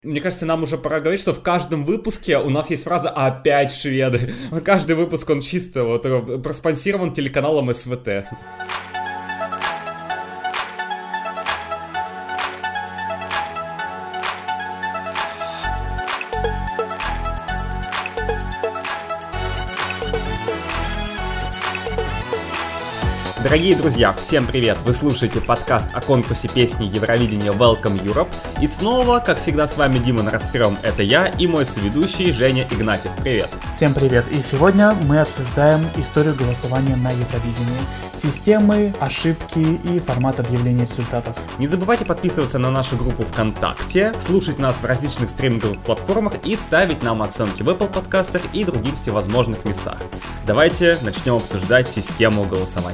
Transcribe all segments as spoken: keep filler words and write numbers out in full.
Мне кажется, нам уже пора говорить, что в каждом выпуске у нас есть фраза «опять шведы». Каждый выпуск, он чисто вот проспонсирован телеканалом СВТ. Дорогие друзья, всем привет! Вы слушаете подкаст о конкурсе песни Евровидения Welcome Europe. И снова, как всегда, с вами Дима Нарастрём, это я и мой соведущий Женя Игнатьев. Привет! Всем привет! И сегодня мы обсуждаем историю голосования на Евровидении, системы, ошибки и формат объявления результатов. Не забывайте подписываться на нашу группу ВКонтакте, слушать нас в различных стриминговых платформах и ставить нам оценки в Apple подкастах и других всевозможных местах. Давайте начнем обсуждать систему голосования.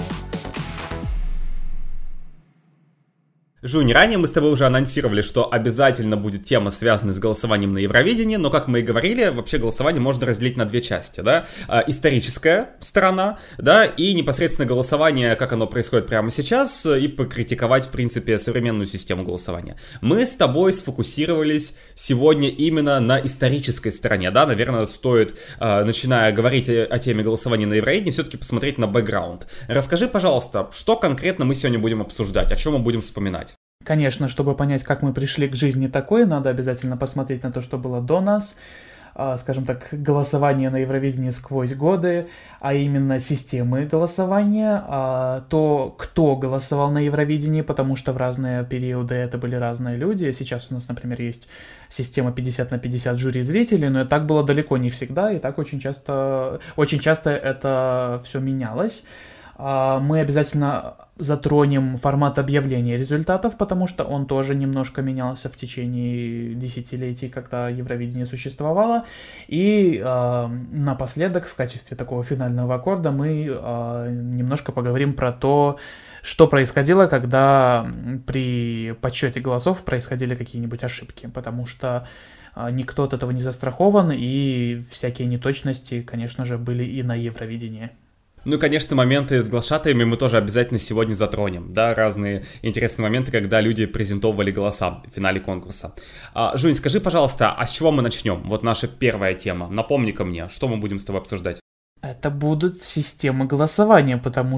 Жунь, ранее мы с тобой уже анонсировали, что обязательно будет тема, связанная с голосованием на Евровидении, но, как мы и говорили, вообще голосование можно разделить на две части, да, а, историческая сторона, да, и непосредственно голосование, как оно происходит прямо сейчас, и покритиковать, в принципе, современную систему голосования. Мы с тобой сфокусировались сегодня именно на исторической стороне, да, наверное, стоит, а, начиная говорить о, о теме голосования на Евровидении, все-таки посмотреть на бэкграунд. Расскажи, пожалуйста, что конкретно мы сегодня будем обсуждать, о чем мы будем вспоминать? Конечно, чтобы понять, как мы пришли к жизни такой, надо обязательно посмотреть на то, что было до нас, скажем так, голосование на Евровидении сквозь годы, а именно системы голосования, то, кто голосовал на Евровидении, потому что в разные периоды это были разные люди. Сейчас у нас, например, есть система пятьдесят на пятьдесят жюри-зрителей, но так было далеко не всегда, и так очень часто, очень часто это все менялось. Мы обязательно затронем формат объявления результатов, потому что он тоже немножко менялся в течение десятилетий, когда Евровидение существовало. И э, напоследок, в качестве такого финального аккорда, мы э, немножко поговорим про то, что происходило, когда при подсчете голосов происходили какие-нибудь ошибки, потому что э, никто от этого не застрахован, и всякие неточности, конечно же, были и на Евровидении. Ну и, конечно, моменты с глашатаями мы тоже обязательно сегодня затронем, да, разные интересные моменты, когда люди презентовали голоса в финале конкурса. А, Жунь, скажи, пожалуйста, а с чего мы начнем? Вот наша первая тема. Напомни-ка мне, что мы будем с тобой обсуждать? Это будут системы голосования, потому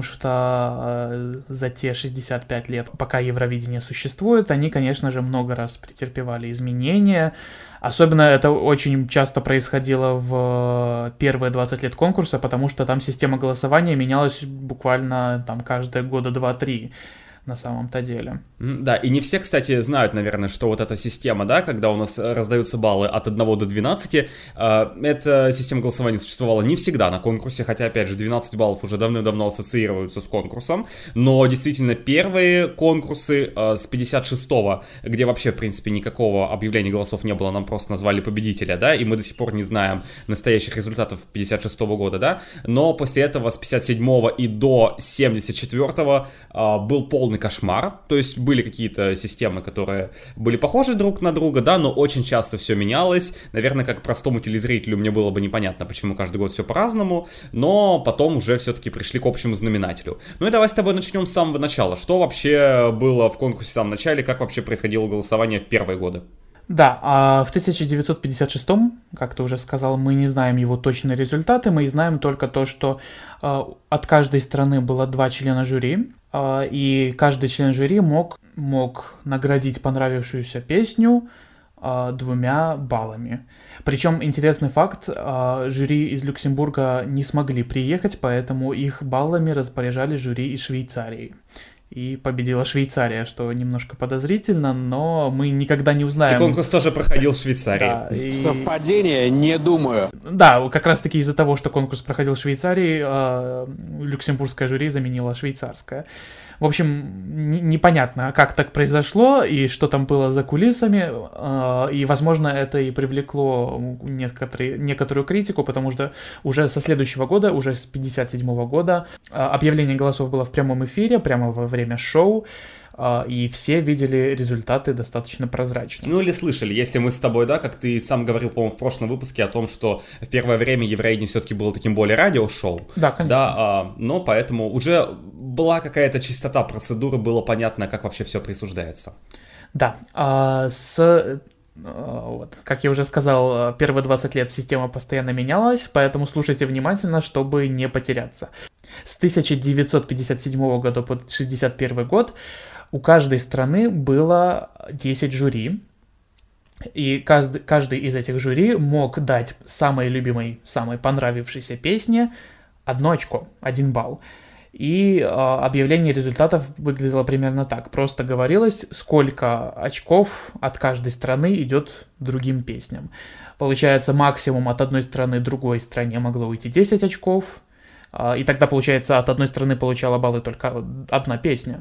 что э, за те шестьдесят пять лет, пока Евровидение существует, они, конечно же, много раз претерпевали изменения. Особенно это очень часто происходило в первые двадцать лет конкурса, потому что там система голосования менялась буквально там каждые года два-три. На самом-то деле. Да, и не все, кстати, знают, наверное, что вот эта система, да, когда у нас раздаются баллы от одного до двенадцати, э, эта система голосования существовала не всегда на конкурсе, хотя, опять же, двенадцать баллов уже давным-давно ассоциируются с конкурсом, но действительно первые конкурсы э, с пятьдесят шестого, где вообще, в принципе, никакого объявления голосов не было, нам просто назвали победителя, да, и мы до сих пор не знаем настоящих результатов пятьдесят шестого года, да, но после этого с пятьдесят седьмого и до семьдесят четвёртого э, был полный кошмар, то есть были какие-то системы, которые были похожи друг на друга, да, но очень часто все менялось, наверное, как простому телезрителю мне было бы непонятно, почему каждый год все по-разному, но потом уже все-таки пришли к общему знаменателю. Ну и давай с тобой начнем с самого начала, что вообще было в конкурсе в самом начале, как вообще происходило голосование в первые годы? Да, а в тысяча девятьсот пятьдесят шестом, как ты уже сказал, мы не знаем его точные результаты, мы знаем только то, что э, от каждой страны было два члена жюри, э, и каждый член жюри мог, мог наградить понравившуюся песню э, двумя баллами. Причем интересный факт, э, жюри из Люксембурга не смогли приехать, поэтому их баллами распоряжали жюри из Швейцарии. И победила Швейцария, что немножко подозрительно, но мы никогда не узнаем. И конкурс тоже проходил в Швейцарии. Да, и... Совпадение? Не думаю. Да, как раз таки из-за того, что конкурс проходил в Швейцарии, э, люксембургское жюри заменило швейцарское. В общем, н- непонятно, как так произошло и что там было за кулисами, э, и, возможно, это и привлекло некоторые, некоторую критику, потому что уже со следующего года, уже с пятьдесят седьмого года, э, объявление голосов было в прямом эфире, прямо во время шоу, и все видели результаты достаточно прозрачно. Ну или слышали, если мы с тобой, да, как ты сам говорил, по-моему, в прошлом выпуске о том, что в первое время Евровидение все-таки было таким более радиошоу. Да, конечно. Да, а, но поэтому уже была какая-то чистота процедуры, было понятно, как вообще все присуждается. Да, а с Вот. Как я уже сказал, первые двадцать лет система постоянно менялась, поэтому слушайте внимательно, чтобы не потеряться. С тысяча девятьсот пятьдесят седьмого года по шестьдесят первый год у каждой страны было десять жюри, и каждый, каждый из этих жюри мог дать самой любимой, самой понравившейся песне одно очко, один балл. И э, объявление результатов выглядело примерно так. Просто говорилось, сколько очков от каждой страны идет другим песням. Получается, максимум от одной страны другой стране могло уйти десять очков. Э, и тогда, получается, от одной страны получала баллы только одна песня.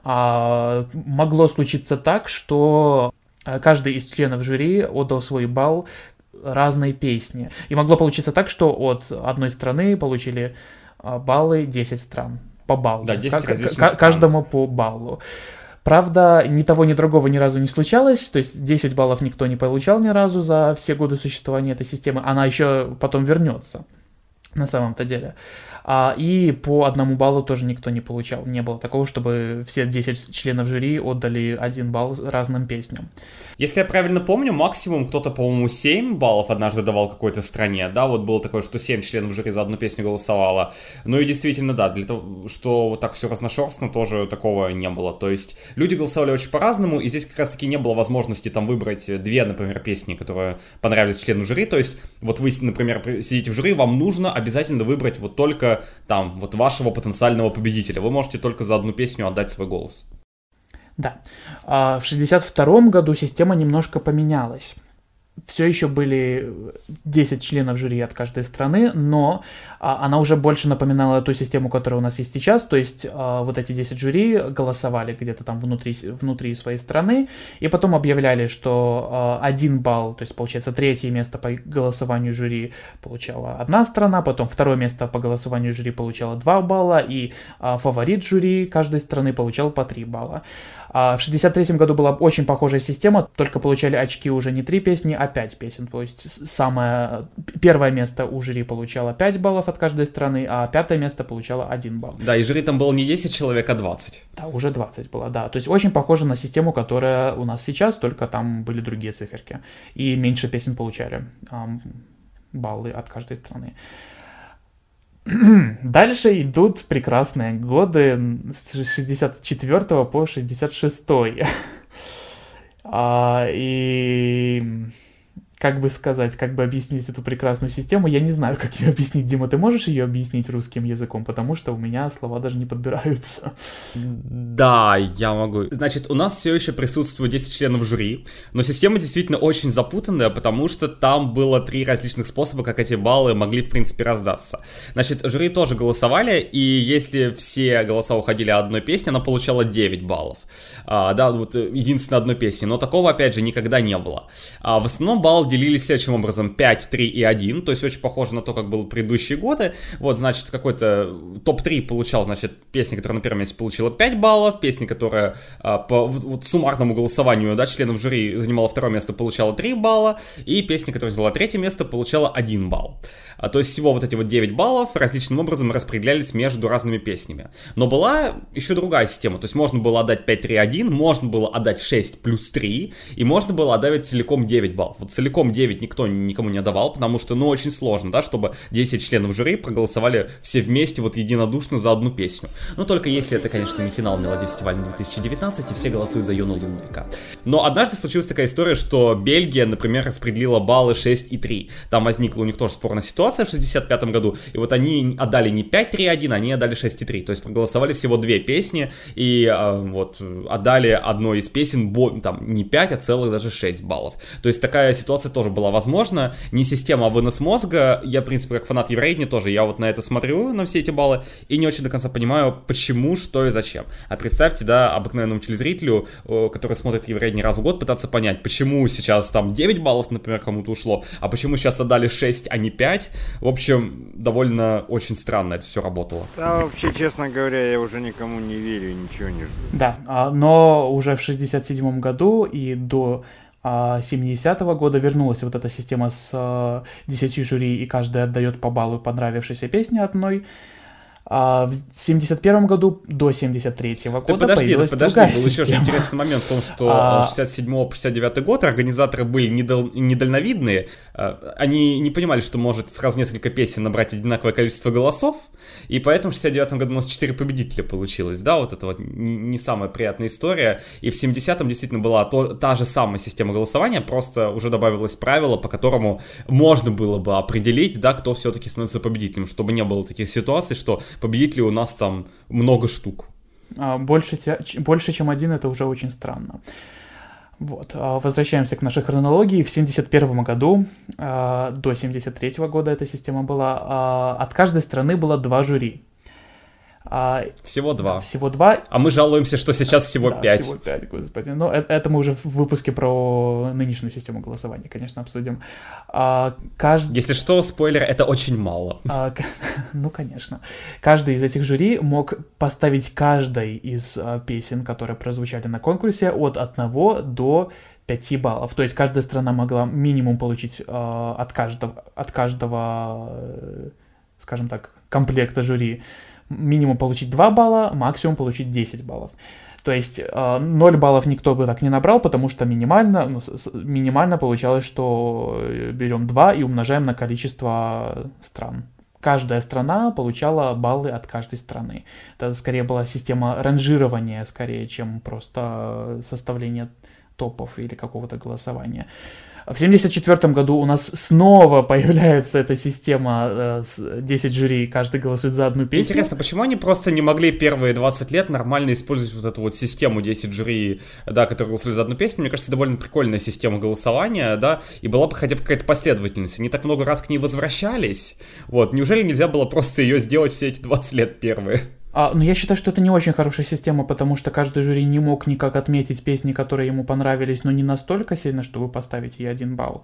А могло случиться так, что каждый из членов жюри отдал свой балл разной песне. И могло получиться так, что от одной страны получили баллы десять стран по баллу. Да, десять к- различных к- стран. Каждому по баллу. Правда, ни того, ни другого ни разу не случалось, то есть десять баллов никто не получал ни разу за все годы существования этой системы, она еще потом вернется, на самом-то деле. А, и по одному баллу тоже никто не получал, не было такого, чтобы все десять членов жюри отдали один балл разным песням. Если я правильно помню, максимум кто-то, по-моему, семь баллов однажды давал какой-то стране, да, вот было такое, что семь членов жюри за одну песню голосовало. Ну и действительно, да, для того, что вот так все разношерстно, тоже такого не было. То есть люди голосовали очень по-разному, и здесь как раз-таки не было возможности там выбрать две, например, песни, которые понравились члену жюри. То есть вот вы, например, сидите в жюри, вам нужно обязательно выбрать вот только там вот вашего потенциального победителя. Вы можете только за одну песню отдать свой голос. Да. А в шестьдесят втором году система немножко поменялась. Все еще были десять членов жюри от каждой страны, но а, она уже больше напоминала ту систему, которая у нас есть сейчас, то есть а, вот эти десять жюри голосовали где-то там внутри, внутри своей страны, и потом объявляли, что а, один балл, то есть получается третье место по голосованию жюри получала одна страна, потом второе место по голосованию жюри получала два балла, и а, фаворит жюри каждой страны получал по три балла. А в шестьдесят третьем году была очень похожая система, только получали очки уже не три песни, а пять песен. То есть самое первое место у жюри получало пять баллов от каждой страны, а пятое место получало один балл. Да, и жюри там было не десять человек, а двадцать. Да, уже двадцать было, да. То есть очень похоже на систему, которая у нас сейчас, только там были другие циферки. И меньше песен получали эм, баллы от каждой страны. Дальше идут прекрасные годы с шестьдесят четвёртого по шестьдесят шестой. а, и как бы сказать, как бы объяснить эту прекрасную систему, я не знаю, как ее объяснить. Дима, ты можешь ее объяснить русским языком? Потому что у меня слова даже не подбираются. Да, я могу. Значит, у нас все еще присутствует десять членов жюри, но система действительно очень запутанная, потому что там было три различных способа, как эти баллы могли, в принципе, раздаться. Значит, жюри тоже голосовали, и если все голоса уходили от одной песни, она получала девять баллов. А, да, вот единственной одной песни, но такого, опять же, никогда не было. А, в основном балл делились следующим образом: пять, три и один, то есть очень похоже на то, как было в предыдущие годы. Вот, значит, какой-то топ три получал, значит, песня, которая на первом месте получила пять баллов, песня, которая а, по вот, суммарному голосованию, да, членов жюри занимала второе место, получала три балла, и песня, которая заняла третье место, получала один балл. А, то есть всего вот эти вот девять баллов различным образом распределялись между разными песнями. Но была еще другая система, то есть можно было отдать пять, три, один, можно было отдать шесть плюс три, и можно было отдавать целиком девять баллов. Вот целиком девять никто никому не отдавал, потому что, ну, очень сложно, да, чтобы десять членов жюри проголосовали все вместе вот единодушно за одну песню. Ну, только если это, конечно, не финал Мелодифестиваля две тысячи девятнадцать, и все голосуют за Йону Лундвика. Но однажды случилась такая история, что Бельгия, например, распределила баллы шесть и три. Там возникла у них тоже спорная ситуация в шестьдесят пятом году, и вот они отдали не пять, три, один, они отдали шесть и три. То есть проголосовали всего две песни, и э, вот отдали одной из песен, там, не пять, а целых даже шесть баллов. То есть такая ситуация тоже была возможна. Не система, а вынос мозга. Я, в принципе, как фанат Евровидения тоже, я вот на это смотрю, на все эти баллы, и не очень до конца понимаю, почему, что и зачем. А представьте, да, обыкновенному телезрителю, который смотрит Евровидение раз в год, пытаться понять, почему сейчас там девять баллов, например, кому-то ушло, а почему сейчас отдали шесть, а не пять. В общем, довольно очень странно это все работало. Да, вообще, честно говоря, я уже никому не верю, ничего не жду. Да, но уже в шестьдесят седьмом году и до семидесятого года вернулась вот эта система с десятью жюри, и каждый отдает по баллу понравившейся песне одной. А в семьдесят первом году до семьдесят третьего года подожди, появилась подожди, другая был система. еще интересный момент в том, что А... шестьдесят седьмой по шестьдесят девятый год организаторы были недал... недальновидные, они не понимали, что может сразу несколько песен набрать одинаковое количество голосов, и поэтому в шестьдесят девятом году у нас четыре победителя получилось, да, вот это вот не самая приятная история, и в семидесятом действительно была то, та же самая система голосования, просто уже добавилось правило, по которому можно было бы определить, да, кто все-таки становится победителем, чтобы не было таких ситуаций, что победителей у нас там много штук. Больше, больше, чем один, это уже очень странно. Вот. Возвращаемся к нашей хронологии. В семьдесят первом году, до семьдесят третьего года эта система была, от каждой страны было два жюри. Всего два. Да, всего два. А мы жалуемся, что сейчас всего да, пять. всего пять, господи. Но это, это мы уже в выпуске про нынешнюю систему голосования, конечно, обсудим. А, кажд... Если что, спойлер, это очень мало. А, ну, конечно. Каждый из этих жюри мог поставить каждой из а, песен, которые прозвучали на конкурсе, от одного до пяти баллов. То есть каждая страна могла минимум получить а, от каждого, от каждого, скажем так, комплекта жюри минимум получить два балла, максимум получить десять баллов. То есть ноль баллов никто бы так не набрал, потому что минимально, ну, минимально получалось, что берем два и умножаем на количество стран. Каждая страна получала баллы от каждой страны. Это скорее была система ранжирования, скорее, чем просто составление топов или какого-то голосования. В семьдесят четвёртом году у нас снова появляется эта система э, с десять жюри, каждый голосует за одну песню. Интересно, почему они просто не могли первые двадцать лет нормально использовать вот эту вот систему десять жюри, да, которые голосовали за одну песню? Мне кажется, довольно прикольная система голосования, да, и была бы хотя бы какая-то последовательность. Они так много раз к ней возвращались. Вот, неужели нельзя было просто ее сделать все эти двадцать лет первые? А, но я считаю, что это не очень хорошая система, потому что каждый жюри не мог никак отметить песни, которые ему понравились, но не настолько сильно, чтобы поставить ей один балл.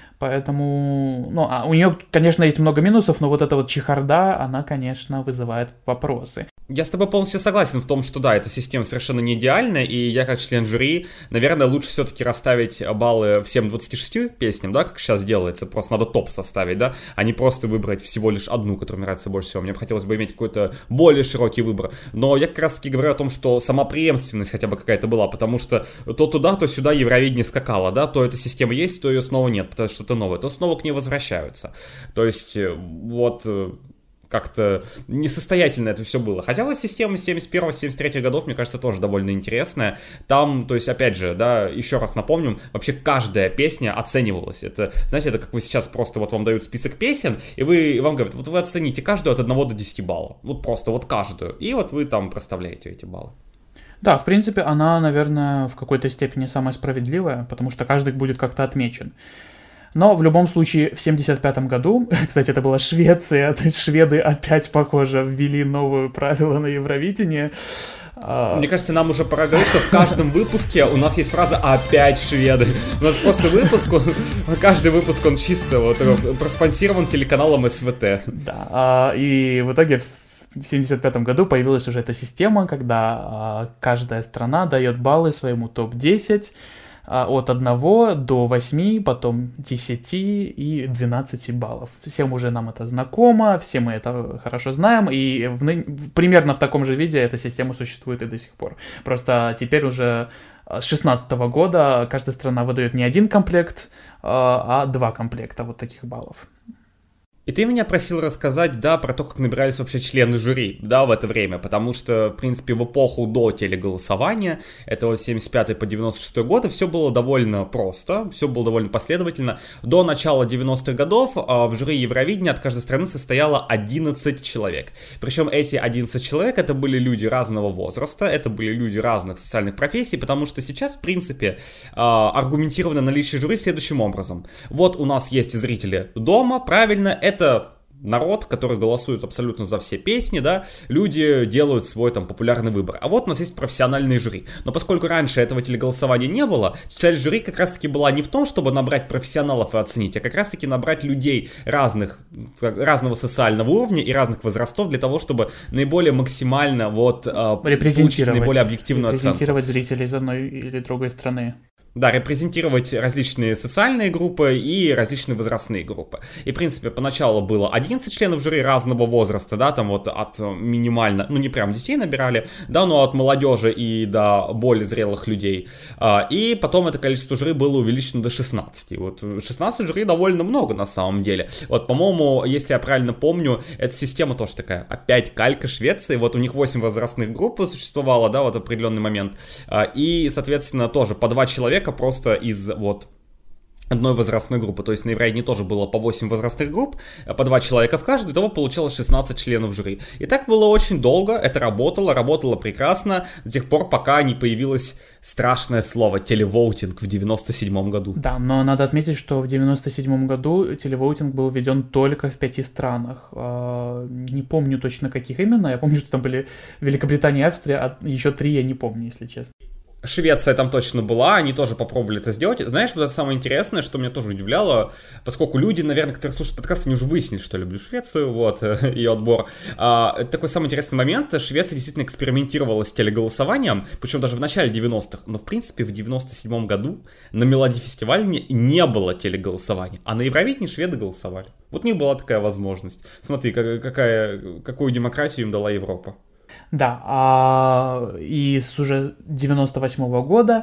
Поэтому, ну, а у нее, конечно, есть много минусов, но вот эта вот чехарда, она, конечно, вызывает вопросы. Я с тобой полностью согласен в том, что да, эта система совершенно не идеальна, и я как член жюри, наверное, лучше все-таки расставить баллы всем двадцати шести песням, да, как сейчас делается, просто надо топ составить, да, а не просто выбрать всего лишь одну, которая мне нравится больше всего. Мне бы хотелось бы иметь какой-то более широкий выбор. Но я как раз-таки говорю о том, что сама преемственность хотя бы какая-то была, потому что то туда, то сюда Евровидение скакало, да, то эта система есть, то ее снова нет, потому что что-то новое, то снова к ней возвращаются. То есть, вот... как-то несостоятельно это все было. Хотя вот система семьдесят первого семьдесят третьего годов, мне кажется, тоже довольно интересная. Там, то есть, опять же, да, еще раз напомним, вообще каждая песня оценивалась. Это, знаете, это как вы сейчас просто вот вам дают список песен, и вы, и вам говорят, вот вы оцените каждую от одного до десяти баллов. Вот просто вот каждую. И вот вы там проставляете эти баллы. Да, в принципе, она, наверное, в какой-то степени самая справедливая, потому что каждый будет как-то отмечен. Но в любом случае в семьдесят пятом году, кстати, это была Швеция, то есть шведы опять, похоже, ввели новые правила на Евровидении. Мне кажется, нам уже пора говорить, что в каждом выпуске у нас есть фраза «опять шведы». У нас просто выпуск, каждый выпуск, он чисто вот проспонсирован телеканалом эс вэ тэ. Да, и в итоге в семьдесят пятом году появилась уже эта система, когда каждая страна дает баллы своему топ десять, от одного до восьми, потом десяти и двенадцати баллов. Всем уже нам это знакомо, все мы это хорошо знаем, и в ны... примерно в таком же виде эта система существует и до сих пор. Просто теперь уже с шестнадцатого года каждая страна выдает не один комплект, а два комплекта вот таких баллов. И ты меня просил рассказать, да, про то, как набирались вообще члены жюри, да, в это время, потому что, в принципе, в эпоху до телеголосования, это вот семьдесят пятый по девяносто шестой годы, все было довольно просто, все было довольно последовательно. До начала девяностых годов в жюри Евровидения от каждой страны состояло одиннадцать человек. Причем эти одиннадцать человек, это были люди разного возраста, это были люди разных социальных профессий, потому что сейчас, в принципе, аргументировано наличие жюри следующим образом. Вот у нас есть зрители дома, правильно, это Это народ, который голосует абсолютно за все песни, да, люди делают свой там популярный выбор. А вот у нас есть профессиональные жюри. Но поскольку раньше этого телеголосования не было, цель жюри как раз-таки была не в том, чтобы набрать профессионалов и оценить, а как раз-таки набрать людей разных, разного социального уровня и разных возрастов для того, чтобы наиболее максимально вот получить наиболее объективную оценку. Репрезентировать зрителей из одной или другой страны. Да, репрезентировать различные социальные группы и различные возрастные группы. И, в принципе, поначалу было одиннадцать членов жюри разного возраста, да, там вот от минимально, ну не прям детей набирали, да, но от молодежи и до более зрелых людей. И потом это количество жюри было увеличено до шестнадцати. Вот шестнадцать жюри довольно много на самом деле. Вот, по-моему, если я правильно помню, эта система тоже такая, опять калька Швеции, вот у них восемь возрастных групп существовало, да, вот в определенный момент. И, соответственно, тоже по два человека просто из вот одной возрастной группы. То есть на Евровидении тоже было по восемь возрастных групп, по два человека в каждую, того получалось шестнадцать членов жюри. И так было очень долго, это работало, работало прекрасно, до тех пор, пока не появилось страшное слово телевоутинг в девяносто седьмом году. Да, но надо отметить, что в девяносто седьмом году телевоутинг был введен только в пяти странах. Не помню точно, каких именно, я помню, что там были Великобритания и Австрия, а еще три я не помню, если честно. Швеция там точно была, они тоже попробовали это сделать. Знаешь, вот это самое интересное, что меня тоже удивляло, поскольку люди, наверное, которые слушают подкаст, они уже выяснили, что я люблю Швецию, вот, ее отбор. А, это такой самый интересный момент. Швеция действительно экспериментировала с телеголосованием, причем даже в начале девяностых, но, в принципе, в девяносто седьмом году на Мелодифестивале не, не было телеголосования, а на Евровидении шведы голосовали. Вот у них была такая возможность. Смотри, какая, какую демократию им дала Европа. Да, а, и с уже девяносто восьмого года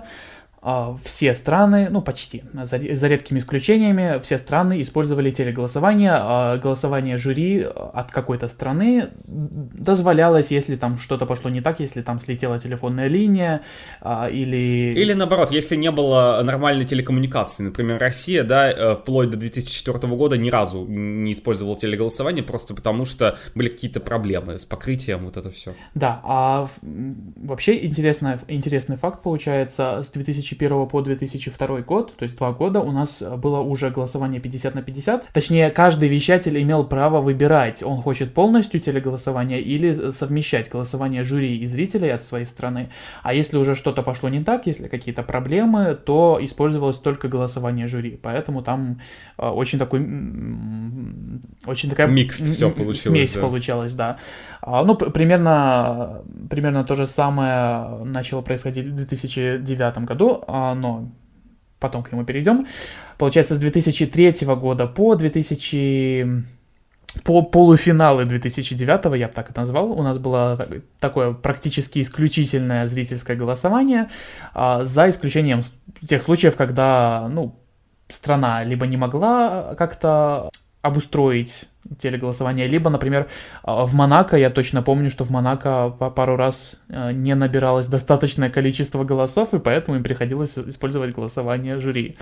а, все страны, ну почти, за, за редкими исключениями, все страны использовали телеголосование. А голосование жюри от какой-то страны дозволялось, если там что-то пошло не так, если там слетела телефонная линия а, или... Или наоборот, если не было нормальной телекоммуникации. Например, Россия, да, вплоть до две тысячи четвёртого года ни разу не использовала телеголосование, просто потому что были какие-то проблемы с покрытием, вот это все. Да, а вообще интересный, интересный факт получается, с две тысячи первого по две тысячи второй год, то есть два года, у нас было уже голосование пятьдесят на пятьдесят. Точнее, каждый вещатель имел право выбирать, он хочет полностью телеголосование или совмещать голосование жюри и зрителей от своей страны. А если уже что-то пошло не так, если какие-то проблемы, то использовалось только голосование жюри. Поэтому там очень такой... Очень такая... Микс все получилось. Смесь да. получалась, да. Ну, примерно, примерно то же самое начало происходить в две тысячи девятом году, но потом к нему перейдем. Получается, с две тысячи третьего года по две тысячи... по полуфиналы две тысячи девятого, я бы так это назвал, у нас было такое практически исключительное зрительское голосование, за исключением тех случаев, когда, ну, страна либо не могла как-то обустроить телеголосование, либо, например, в Монако, я точно помню, что в Монако пару раз не набиралось достаточное количество голосов, и поэтому им приходилось использовать голосование жюри.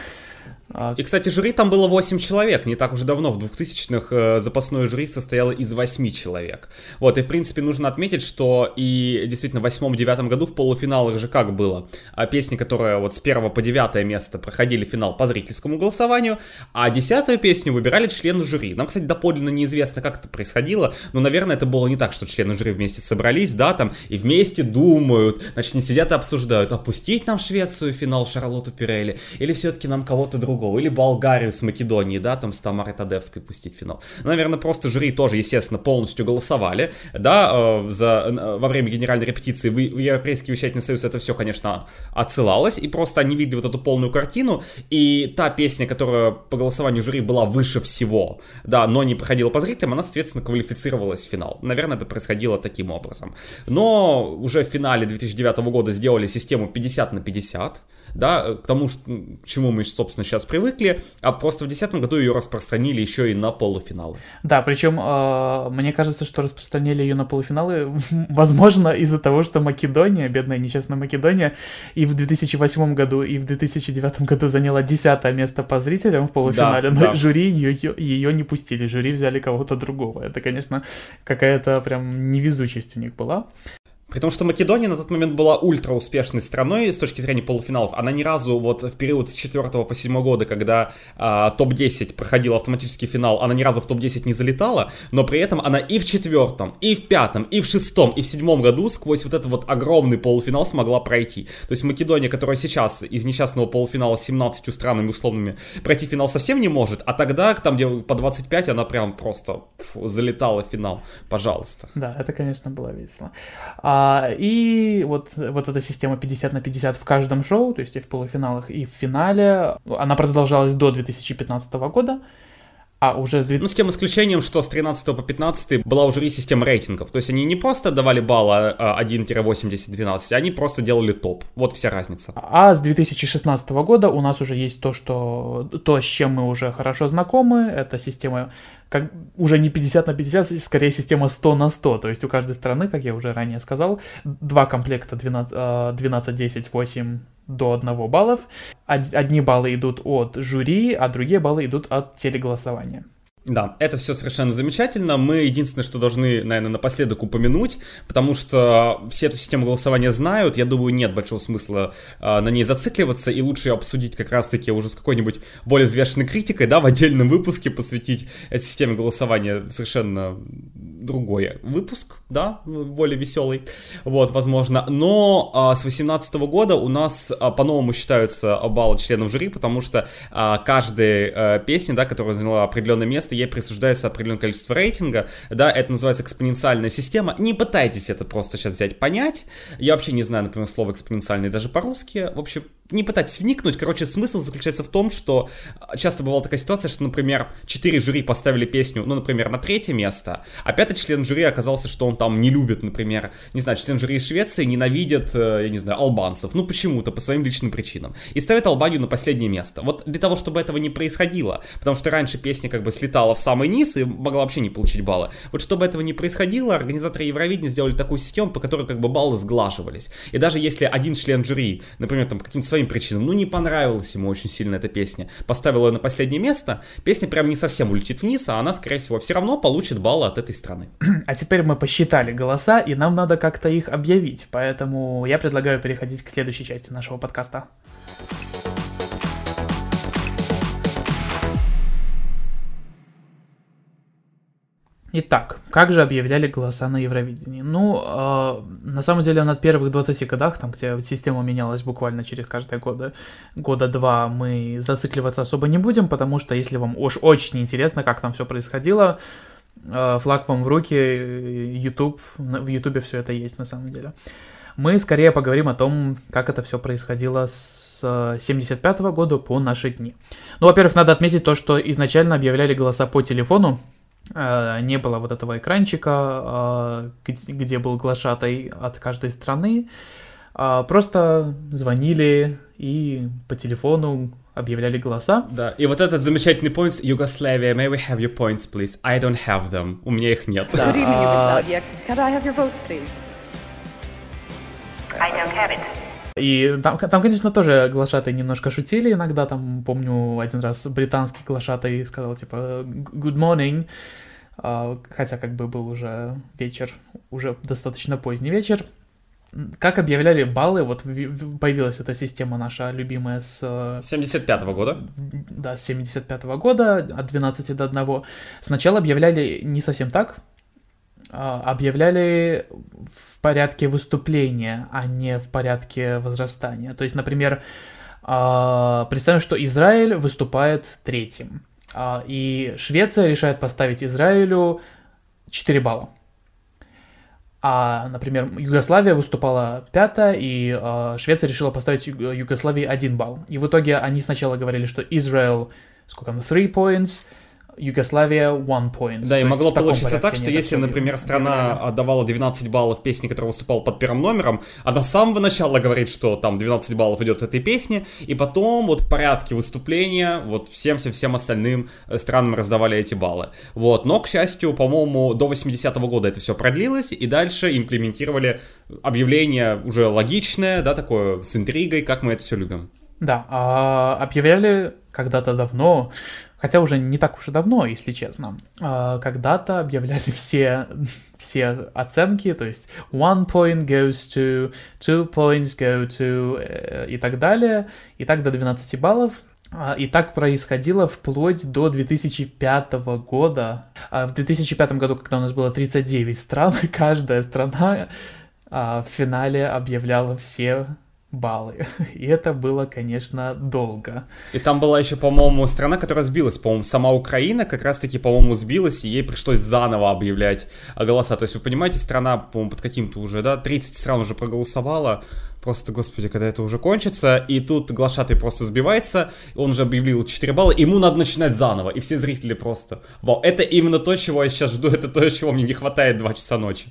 И, кстати, жюри там было восемь человек, не так уж давно, в двухтысячных э, запасное жюри состояло из восьми человек. Вот, и, в принципе, нужно отметить, что и действительно в восьмом-девятом году в полуфиналах же как было? А песни, которые вот с первого по девятое место проходили финал по зрительскому голосованию, а десятую песню выбирали члены жюри. Нам, кстати, доподлинно неизвестно, как это происходило, но, наверное, это было не так, что члены жюри вместе собрались, да, там, и вместе думают, значит, не сидят и обсуждают, опустить нам Швецию в финал Шарлотту Пирелли, или все-таки нам кого-то другого, или Болгарию с Македонией, да, там с Тамарой Тадевской пустить в финал. Наверное, просто жюри тоже, естественно, полностью голосовали, да, э, за, э, во время генеральной репетиции в, в Европейский вещательный союз это все, конечно, отсылалось, и просто они видели вот эту полную картину, и та песня, которая по голосованию жюри была выше всего, да, но не проходила по зрителям, она, соответственно, квалифицировалась в финал. Наверное, это происходило таким образом. Но уже в финале две тысячи девятого года сделали систему пятьдесят на пятьдесят, да, к тому, что, к чему мы, собственно, сейчас привыкли, а просто в две тысячи десятом году ее распространили еще и на полуфиналы. Да, причем э, мне кажется, что распространили ее на полуфиналы, возможно, из-за того, что Македония, бедная несчастная Македония, и в две тысячи восьмом году, и в две тысячи девятом году заняла десятое место по зрителям в полуфинале, да, но да. жюри ее, ее не пустили, жюри взяли кого-то другого. Это, конечно, какая-то прям невезучесть у них была. При том, что Македония на тот момент была ультра успешной страной с точки зрения полуфиналов. Она ни разу вот в период с четвёртого по седьмой года, когда а, топ десять проходил автоматический финал, она ни разу в топ десять не залетала, но при этом она и в четвертом, и в пятом, и в шестом, и в седьмом году сквозь вот этот вот огромный полуфинал смогла пройти. То есть Македония, которая сейчас из несчастного полуфинала с семнадцатью странами условными пройти финал совсем не может, а тогда, там где по двадцать пять, она прям просто фу, залетала в финал. Пожалуйста. Да, это, конечно, было весело. А А, и вот, вот эта система пятьдесят на пятьдесят в каждом шоу, то есть и в полуфиналах, и в финале, она продолжалась до две тысячи пятнадцатого года. А уже с... Ну, с тем исключением, что с тринадцатого по пятнадцатый была у жюри система рейтингов. То есть они не просто давали баллы один восемь, десять, двенадцать, они просто делали топ. Вот вся разница. А с две тысячи шестнадцатого года у нас уже есть то, что... то, с чем мы уже хорошо знакомы. Это система как... уже не пятьдесят на пятьдесят, скорее система сто на сто. То есть у каждой страны, как я уже ранее сказал, два комплекта двенадцать, двенадцать десять, восемь до одного баллов. Одни баллы идут от жюри, а другие баллы идут от телеголосования. Да, это все совершенно замечательно. Мы единственное, что должны, наверное, напоследок упомянуть, потому что все эту систему голосования знают, я думаю, нет большого смысла э, на ней зацикливаться, и лучше ее обсудить как раз-таки уже с какой-нибудь более взвешенной критикой, да, в отдельном выпуске посвятить этой системе голосования совершенно другой выпуск, да, более веселый, вот, возможно. Но э, с восемнадцатого года у нас э, по-новому считаются баллы членов жюри, потому что э, каждая э, песня, да, которая заняла определенное место, ей присуждается определенное количество рейтинга, да, это называется экспоненциальная система. Не пытайтесь это просто сейчас взять понять. Я вообще не знаю, например, слово экспоненциальный даже по-русски. В общем, не пытайтесь вникнуть. Короче, смысл заключается в том, что часто бывала такая ситуация, что, например, четыре жюри поставили песню, ну, например, на третье место, а пятый член жюри оказался, что он там не любит, например, не знаю, член жюри из Швеции ненавидит, я не знаю, албанцев, ну, почему-то, по своим личным причинам, и ставит Албанию на последнее место. Вот для того, чтобы этого не происходило, потому что раньше песня как бы слетала в самый низ и могла вообще не получить баллы. Вот чтобы этого не происходило, организаторы Евровидения сделали такую систему, по которой как бы баллы сглаживались. И даже если один член жюри, например, там каким-то своим причинам, ну не понравилась ему очень сильно эта песня, поставил ее на последнее место, песня прям не совсем улетит вниз, а она, скорее всего, все равно получит баллы от этой страны. А теперь мы посчитали голоса, и нам надо как-то их объявить, поэтому я предлагаю переходить к следующей части нашего подкаста. Итак, как же объявляли голоса на Евровидении? Ну, э, на самом деле, на первых двадцати годах, там, где система менялась буквально через каждые годы, года два, мы зацикливаться особо не будем, потому что, если вам уж очень интересно, как там все происходило, э, флаг вам в руки, YouTube, в YouTube все это есть на самом деле. Мы скорее поговорим о том, как это все происходило с семьдесят пятого года по наши дни. Ну, во-первых, надо отметить то, что изначально объявляли голоса по телефону. Не было вот этого экранчика, где был глашатай от каждой страны. Просто звонили и по телефону объявляли голоса. Да, и вот этот замечательный point: Югославия, may we have your points, please? I don't have them. У меня их нет. Да, Good evening, а... Yugoslavia. Can I have your votes, please? I don't have it. И там, там, конечно, тоже глашатай немножко шутили иногда, там, помню, один раз британский глашатай сказал, типа, good morning, хотя как бы был уже вечер, уже достаточно поздний вечер. Как объявляли баллы, вот появилась эта система наша любимая с... семьдесят пятого года. Да, с семьдесят пятого года, от двенадцати до одного. Сначала объявляли не совсем так, объявляли в порядке выступления, а не в порядке возрастания. То есть, например, представим, что Израиль выступает третьим, и Швеция решает поставить Израилю четыре балла. А, например, Югославия выступала пятая, и Швеция решила поставить Югославии один балл. И в итоге они сначала говорили, что Израиль, сколько там, three points, Югославия one point. Да, и могло получиться так, что если, например, страна отдавала двенадцать баллов песне, которая выступала под первым номером, она с самого начала говорит, что там двенадцать баллов идет этой песне, и потом вот в порядке выступления вот всем-всем остальным странам раздавали эти баллы. Вот, но, к счастью, по-моему, до восьмидесятого года это все продлилось, и дальше имплементировали объявление уже логичное, да, такое с интригой, как мы это все любим. Да, а объявляли когда-то давно, хотя уже не так уж и давно, если честно, когда-то объявляли все, все оценки, то есть one point goes to, two points go to и так далее, и так до двенадцати баллов. И так происходило вплоть до две тысячи пятого года. В две тысячи пятом году, когда у нас было тридцать девять стран, каждая страна в финале объявляла все баллы. И это было, конечно, долго. И там была еще, по-моему, страна, которая сбилась. По-моему, сама Украина как раз-таки, по-моему, сбилась, и ей пришлось заново объявлять голоса. То есть, вы понимаете, страна, по-моему, под каким-то уже, да, тридцать стран уже проголосовала. Просто, господи, когда это уже кончится, и тут глашатый просто сбивается, он уже объявил четыре балла, ему надо начинать заново, и все зрители просто, вау, это именно то, чего я сейчас жду, это то, чего мне не хватает два часа ночи.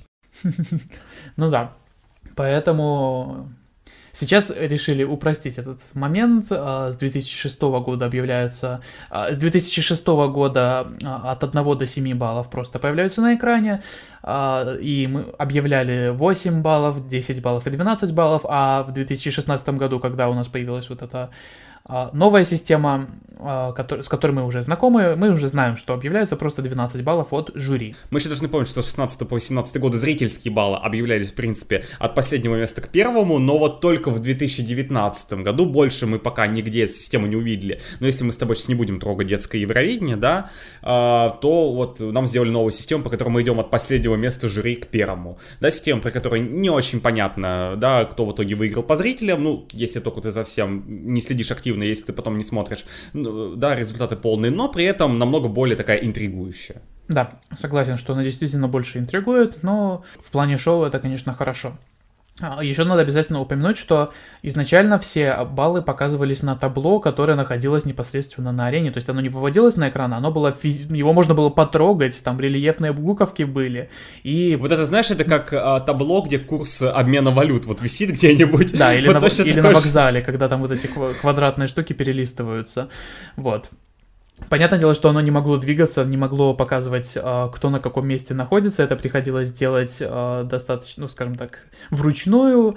Ну да, поэтому сейчас решили упростить этот момент, с две тысячи шестого года объявляются, с две тысячи шестого года от одного до семи баллов просто появляются на экране, и мы объявляли восемь баллов, десять баллов и двенадцать баллов, а в две тысячи шестнадцатом году, когда у нас появилась вот эта новая система, с которой мы уже знакомы, мы уже знаем, что объявляется просто двенадцать баллов от жюри. Мы еще должны помнить, что с шестнадцатого по восемнадцатый годы зрительские баллы объявлялись, в принципе, от последнего места к первому, но вот только в две тысячи девятнадцатом году, больше мы пока нигде эту систему не увидели. Но если мы с тобой сейчас не будем трогать детское Евровидение, да, то вот нам сделали новую систему, по которой мы идем от последнего места жюри к первому. Да, система, при которой не очень понятно, да, кто в итоге выиграл по зрителям, ну, если только ты совсем не следишь активно, если ты потом не смотришь, да, результаты полные, но при этом намного более такая интригующая. Да, согласен, что она действительно больше интригует, но в плане шоу это, конечно, хорошо. Еще надо обязательно упомянуть, что изначально все баллы показывались на табло, которое находилось непосредственно на арене, то есть оно не выводилось на экран, оно было, физ... его можно было потрогать, там рельефные буковки были, и... Вот это, знаешь, это как а, табло, где курс обмена валют вот висит где-нибудь. Да, или, вот на, или на же... вокзале, когда там вот эти квадратные штуки перелистываются, вот. Понятное дело, что оно не могло двигаться, не могло показывать, кто на каком месте находится. Это приходилось делать достаточно, ну, скажем так, вручную.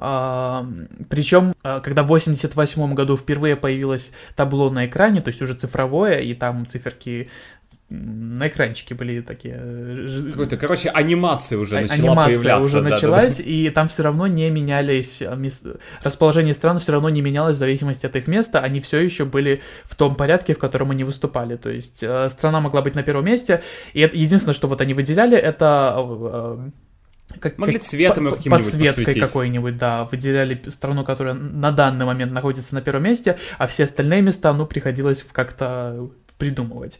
Причем, когда в восемьдесят восьмом году впервые появилось табло на экране, то есть уже цифровое, и там циферки на экранчике были такие... Какой-то, короче, анимация уже начала анимация появляться. уже да, началась, да, да. И там все равно не менялись... Расположение стран все равно не менялось в зависимости от их места. Они все еще были в том порядке, в котором они выступали. То есть э, страна могла быть на первом месте, и это, единственное, что вот они выделяли, это... Э, Как, Могли как, цветом по, каким-нибудь подсветкой подсветить. Какой-нибудь, да, выделяли страну, которая на данный момент находится на первом месте, а все остальные места, ну, приходилось как-то придумывать.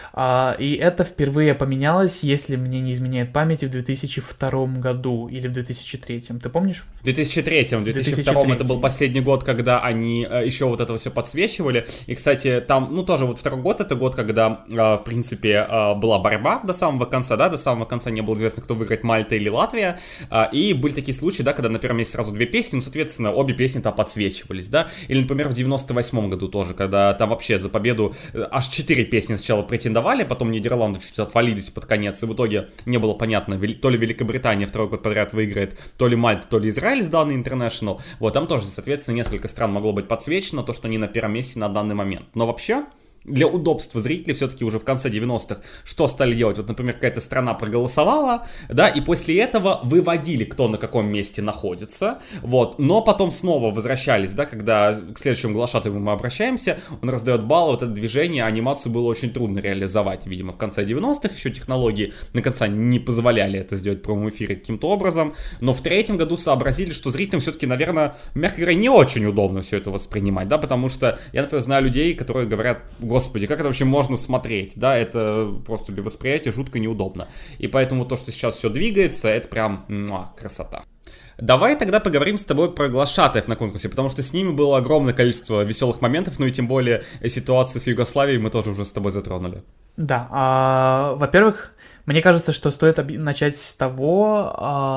А, и это впервые поменялось, если мне не изменяет память, в две тысячи втором году или в две тысячи третьем. Ты помнишь? В две тысячи третьем, в две тысячи втором это был последний год, когда они э, еще вот это все подсвечивали. И, кстати, там, ну, тоже вот второй год, это год, когда, э, в принципе, э, была борьба до самого конца, да, до самого конца не было известно, кто выиграет, Мальта или Латвия. Э, и были такие случаи, да, когда на первом месте сразу две песни, ну, соответственно, обе песни там подсвечивались, да. Или, например, в девяносто восьмом году тоже, когда там вообще за победу э, аж четыре песни сначала претендовали, потом Нидерланды чуть-чуть отвалились под конец, и в итоге не было понятно, то ли Великобритания второй год подряд выиграет, то ли Мальта, то ли Израиль с данной International. Вот, там тоже, соответственно, несколько стран могло быть подсвечено, то, что они на первом месте на данный момент. Но вообще... Для удобства зрителей все-таки уже в конце девяностых что стали делать? Вот, например, какая-то страна проголосовала, да, и после этого выводили, кто на каком месте находится, вот, но потом снова возвращались, да, когда к следующему глашатаему мы обращаемся, он раздает баллы, вот это движение, анимацию было очень трудно реализовать, видимо, в конце девяностых еще технологии на конца не позволяли это сделать в прямом эфире каким-то образом, но в третьем году сообразили, что зрителям все-таки, наверное, мягко говоря, не очень удобно все это воспринимать, да, потому что я, например, знаю людей, которые говорят: господи, как это вообще можно смотреть, да, это просто для восприятия жутко неудобно. И поэтому то, что сейчас все двигается, это прям муа, красота. Давай тогда поговорим с тобой про глашатаев на конкурсе, потому что с ними было огромное количество веселых моментов, ну и тем более ситуацию с Югославией мы тоже уже с тобой затронули. Да, а, во-первых, мне кажется, что стоит об... начать с того,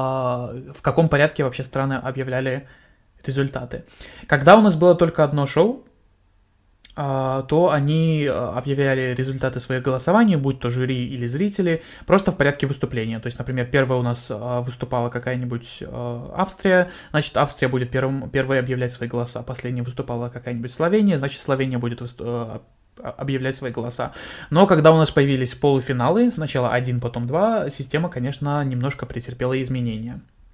а, в каком порядке вообще страны объявляли результаты. Когда у нас было только одно шоу, то они объявляли результаты своих голосований, будь то жюри или зрители, просто в порядке выступления. То есть, например, первая у нас выступала какая-нибудь Австрия, значит, Австрия будет первым, первой объявлять свои голоса. Последняя выступала какая-нибудь Словения, значит, Словения будет объявлять свои голоса. Но когда у нас появились полуфиналы, сначала один, потом два, система, конечно, немножко претерпела изменения.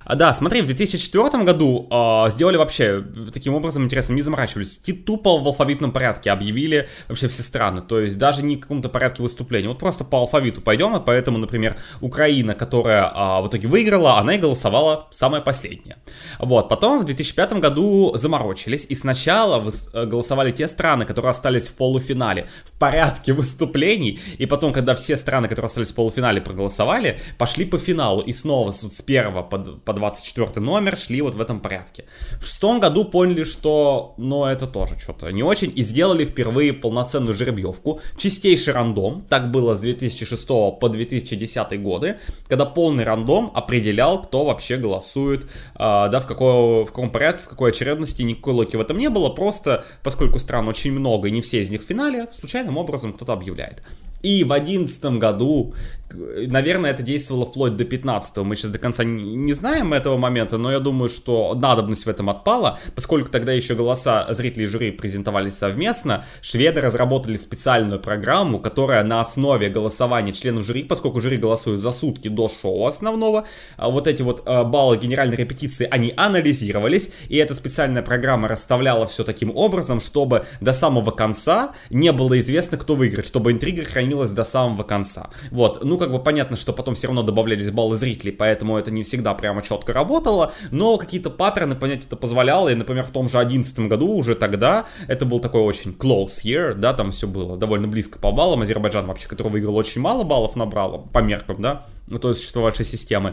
А, да, смотри, в две тысячи четвёртом году э, сделали вообще таким образом интересно, не заморачивались. Тупо в алфавитном порядке объявили вообще все страны, то есть даже не в каком-то порядке выступления. Вот просто по алфавиту пойдем, и поэтому, например, Украина, которая э, в итоге выиграла, она и голосовала самая последняя. Вот, потом в две тысячи пятом году заморочились, и сначала выс- голосовали те страны, которые остались в полуфинале, в порядке выступлений, и потом, когда все страны, которые остались в полуфинале, проголосовали, пошли по финалу, и снова с, вот, с первого по, по двадцать четвёртый номер шли вот в этом порядке. В шестом году поняли, что, ну, это тоже что-то не очень, и сделали впервые полноценную жеребьевку, чистейший рандом, так было с две тысячи шестого по две тысячи десятый годы, когда полный рандом определял, кто вообще голосует, э, да, в, какой, в каком порядке, в какой очередности, никакой логики в этом не было, просто, поскольку стран очень много, и не все из них в финале, случайным образом кто-то объявляет. И в одиннадцатом году, наверное, это действовало вплоть до пятнадцатого, мы сейчас до конца не знаем этого момента, но я думаю, что надобность в этом отпала, поскольку тогда еще голоса зрителей и жюри презентовались совместно, шведы разработали специальную программу, которая на основе голосования членов жюри, поскольку жюри голосуют за сутки до шоу основного, вот эти вот баллы генеральной репетиции, они анализировались, и эта специальная программа расставляла все таким образом, чтобы до самого конца не было известно, кто выиграет, чтобы интрига хранилась до самого конца. Вот, ну как бы понятно, что потом все равно добавлялись баллы зрителей, поэтому это не всегда прямо четко работало, но какие-то паттерны понять это позволяло, и, например, в том же одиннадцатом году, уже тогда, это был такой очень close year, да, там все было довольно близко по баллам, Азербайджан вообще, который выиграл, очень мало баллов набрал, по меркам, да, той существовавшей системы,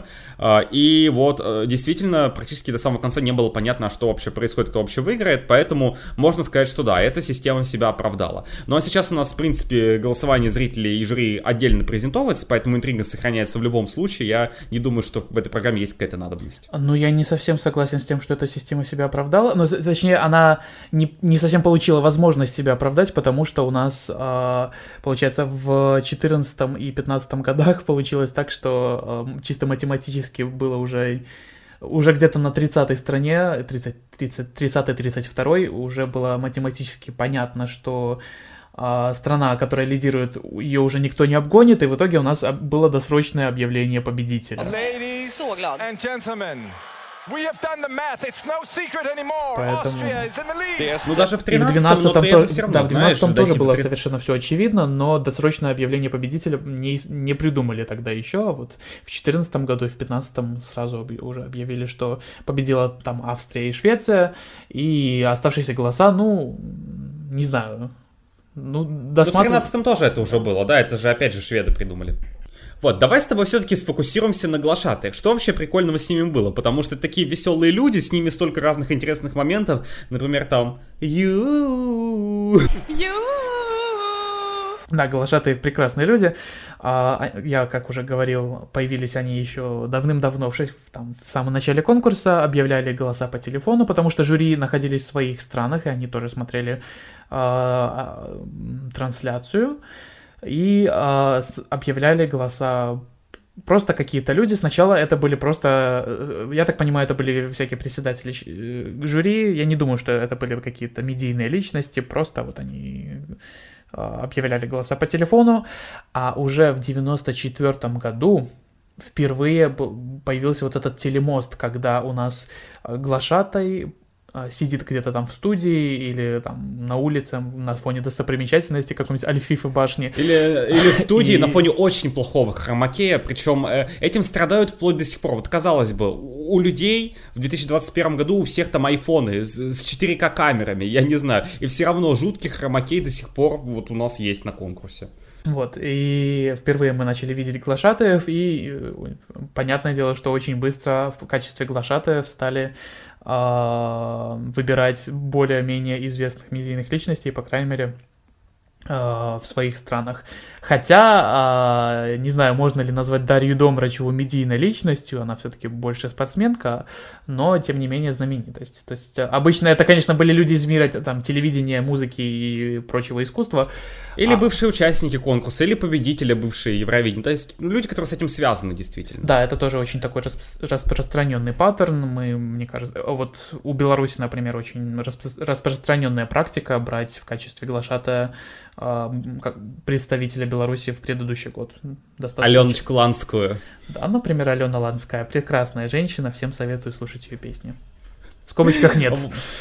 и вот, действительно, практически до самого конца не было понятно, что вообще происходит, кто вообще выиграет, поэтому можно сказать, что да, эта система себя оправдала. Ну а сейчас у нас, в принципе, голосование зрителей и жюри отдельно презентовывается, поэтому интрига сохраняется в любом случае. Я не думаю, что в этой программе есть какая-то надобность. Ну, я не совсем согласен с тем, что эта система себя оправдала. Но, точнее, она не, не совсем получила возможность себя оправдать, потому что у нас, э, получается, в четырнадцатом и пятнадцатом годах получилось так, что э, чисто математически было уже... Уже где-то на тридцатой стране, тридцатой тридцать второй, уже было математически понятно, что а, страна, которая лидирует, ее уже никто не обгонит, и в итоге у нас было досрочное объявление победителя. Поэтому... Ну даже в тринадцатом, и в двенадцатом, то, да, в двенадцатом знаешь, тоже было три... совершенно все очевидно, но досрочное объявление победителя не, не придумали тогда еще, а вот в четырнадцатом году и в пятнадцатом сразу об, уже объявили, что победила там Австрия и Швеция, и оставшиеся голоса, ну, не знаю, ну, досматривать... Ну, в тринадцатом тоже это уже было, да, это же опять же шведы придумали. Вот, давай с тобой все-таки сфокусируемся на глашатаях. Что вообще прикольного с ними было? Потому что такие веселые люди, с ними столько разных интересных моментов. Например, там... Ю. Да, глашатые прекрасные люди. Я, как уже говорил, появились они еще давным-давно, в, там, в самом начале конкурса, объявляли голоса по телефону, потому что жюри находились в своих странах, и они тоже смотрели а, а, трансляцию. И э, объявляли голоса просто какие-то люди. Сначала это были просто, я так понимаю, это были всякие председатели жюри. Я не думаю, что это были какие-то медийные личности, просто вот они э, объявляли голоса по телефону. А уже в девяносто четвёртом году впервые появился вот этот телемост, когда у нас глашатай сидит где-то там в студии или там на улице на фоне достопримечательности какой-нибудь Альфифы башни. Или, или в студии и... на фоне очень плохого хромакея, причем э, этим страдают вплоть до сих пор. Вот казалось бы, у людей в две тысячи двадцать первом году у всех там айфоны с, с четыре ка камерами, я не знаю, и все равно жуткий хромакей до сих пор вот у нас есть на конкурсе. Вот, и впервые мы начали видеть глашатаев, и понятное дело, что очень быстро в качестве глашатаев стали э, выбирать более-менее известных медийных личностей, по крайней мере, э, в своих странах. Хотя, э, не знаю, можно ли назвать Дарью Домрачеву медийной личностью, она все-таки больше спортсменка, но, тем не менее, знаменитость. То есть, обычно это, конечно, были люди из мира там, телевидения, музыки и прочего искусства. Или а... бывшие участники конкурса, или победители бывшие Евровидения. То есть, люди, которые с этим связаны, действительно. Да, это тоже очень такой расп- распространенный паттерн. Мы, мне кажется, вот у Беларуси, например, очень распро- распространенная практика брать в качестве глашатая представителя Беларуси в предыдущий год. Достаточно Аленочку Ланскую. Да, например, Алена Ланская. Прекрасная женщина, всем советую слушать ее песни. В скобочках нет.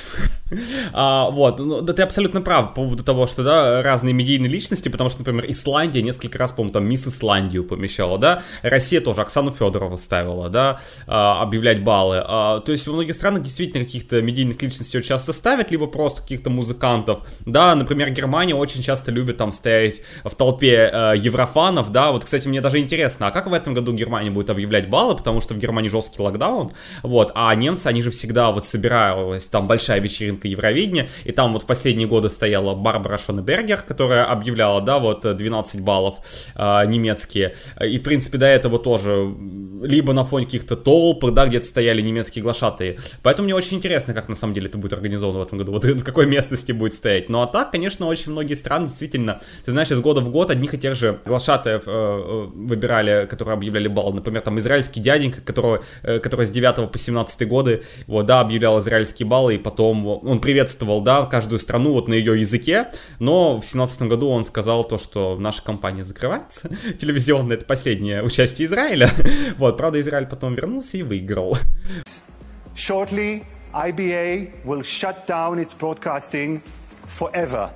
А, вот, ну, да, ты абсолютно прав по поводу того, что, да, разные медийные личности, потому что, например, Исландия несколько раз, по-моему, там Мисс Исландию помещала, да, Россия тоже Оксану Федорову ставила, да, а, объявлять баллы, а, то есть во многих странах действительно каких-то медийных личностей очень часто ставят, либо просто каких-то музыкантов, да, например, Германия очень часто любит там стоять в толпе э, еврофанов, да, вот, кстати, мне даже интересно, а как в этом году Германия будет объявлять баллы, потому что в Германии жесткий локдаун, вот, а немцы, они же всегда вот собирались, там большая вечеринка Евровидения, и там вот в последние годы стояла Барбара Шонебергер, которая объявляла, да, вот двенадцать баллов э, немецкие, и в принципе до этого тоже либо на фоне каких-то толп, да, где-то стояли немецкие глашатые, поэтому мне очень интересно, как на самом деле это будет организовано в этом году, вот в какой местности будет стоять, ну а так, конечно, очень многие страны действительно, ты знаешь, из года в год одних и тех же глашатаев э, выбирали, которые объявляли баллы, например, там израильский дяденька, которого, э, который с девятого по семнадцатый годы, вот, да, объявлял израильские баллы, и потом он приветствовал, да, каждую страну вот на ее языке, но в семнадцатом году он сказал то, что наша компания закрывается, телевизионная, это последнее участие Израиля, вот, правда, Израиль потом вернулся и выиграл. Shortly, I B A will shut down its broadcasting forever.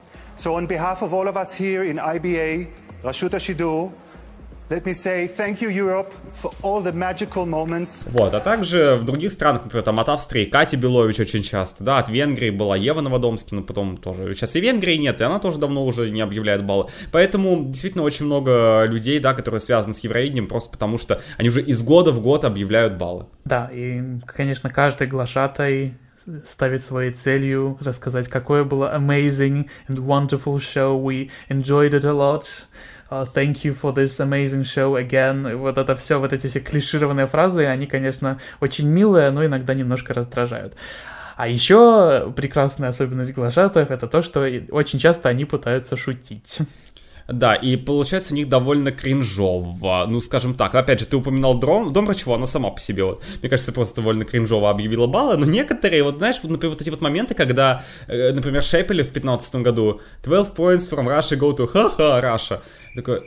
So on behalf of all of us here in I B A, Rashut HaShidur, let me say thank you, Europe, for all the magical moments. Вот, а также в других странах, например, там от Австрии Катя Белович очень часто, да, от Венгрии была Ева Новодомский, но потом тоже, сейчас и Венгрии нет, и она тоже давно уже не объявляет баллы. Поэтому действительно очень много людей, да, которые связаны с Евровидением, просто потому что они уже из года в год объявляют баллы. Да, и, конечно, каждый глашатай ставит своей целью рассказать, какое было amazing and wonderful show, we enjoyed it a lot. Uh, thank you for this amazing show again. Вот это все, вот эти все клишированные фразы, они, конечно, очень милые, но иногда немножко раздражают. А еще прекрасная особенность глашатаев — это то, что очень часто они пытаются шутить. Да, и получается у них довольно кринжово, ну, скажем так. Опять же, ты упоминал Дром, Домрачеву, она сама по себе, вот, мне кажется, просто довольно кринжово объявила баллы, но некоторые, вот, знаешь, вот, например, вот эти вот моменты, когда, э, например, Шепелев в пятнадцатом году twelve points from Russia go to ха-ха, Russia, такой...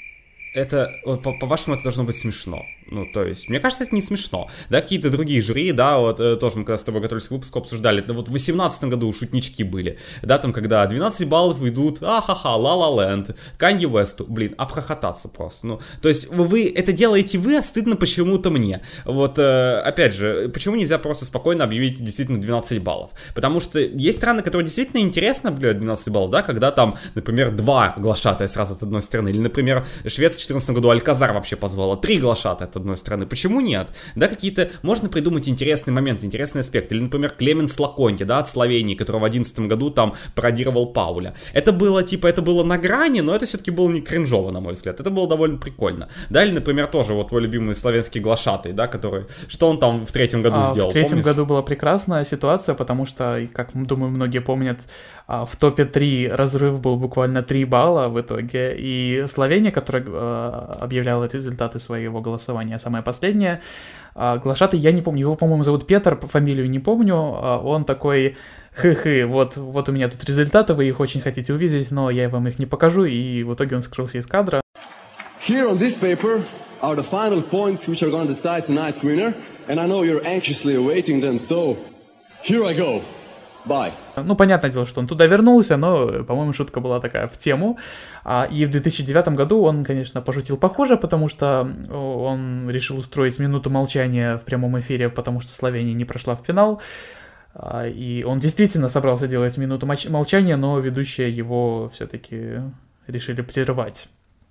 Это, вот, по- по-вашему, это должно быть смешно. Ну, то есть, мне кажется, это не смешно. Да, какие-то другие жюри, да, вот, э, тоже мы когда с тобой готовились к выпуску, обсуждали. Да, вот в восемнадцатом году шутнички были. Да, там, когда двенадцать баллов идут, а-ха-ха, ла-ла-ленд, Канье Уэсту, блин, обхохотаться просто. Ну, то есть, вы это делаете вы, а стыдно почему-то мне. Вот, э, опять же, почему нельзя просто спокойно объявить действительно двенадцать баллов? Потому что есть страны, которые действительно интересно объявляют двенадцать баллов, да, когда там, например, два глашатая сразу от одной стороны, или, например, Швеция в две тысячи четырнадцатом году Альказар вообще позвала три глашатая от одной стороны. Почему нет? Да, какие-то... Можно придумать интересные моменты, интересный аспект. Или, например, Клеменс Лаконти, да, от Словении, который в две тысячи одиннадцатом году там пародировал Пауля. Это было, типа, это было на грани, но это все-таки было не кринжово, на мой взгляд. Это было довольно прикольно. Да, или, например, тоже вот твой любимый славянский глашатый, да, который... Что он там в третьем году а, сделал, В третьем помнишь? году была прекрасная ситуация, потому что, как, думаю, многие помнят, в топе три разрыв был буквально три балла в итоге, и Словения, которая э, объявляла результаты своего голосования, самая последняя, э, глашатый, я не помню, его, по-моему, зовут Петр, фамилию не помню, э, он такой, хы-хы, вот, вот у меня тут результаты, вы их очень хотите увидеть, но я вам их не покажу, и в итоге он скрылся из кадра. Here on this paper are the final points which are going to decide tonight's winner, and I know you're anxiously awaiting them, so here I go. Bye. Ну, понятное дело, что он туда вернулся, но, по-моему, шутка была такая в тему. А, и в две тысячи девятом году он, конечно, пошутил похоже, потому что он решил устроить минуту молчания в прямом эфире, потому что Словения не прошла в финал. А, и он действительно собрался делать минуту моч- молчания, но ведущие его все-таки решили прервать.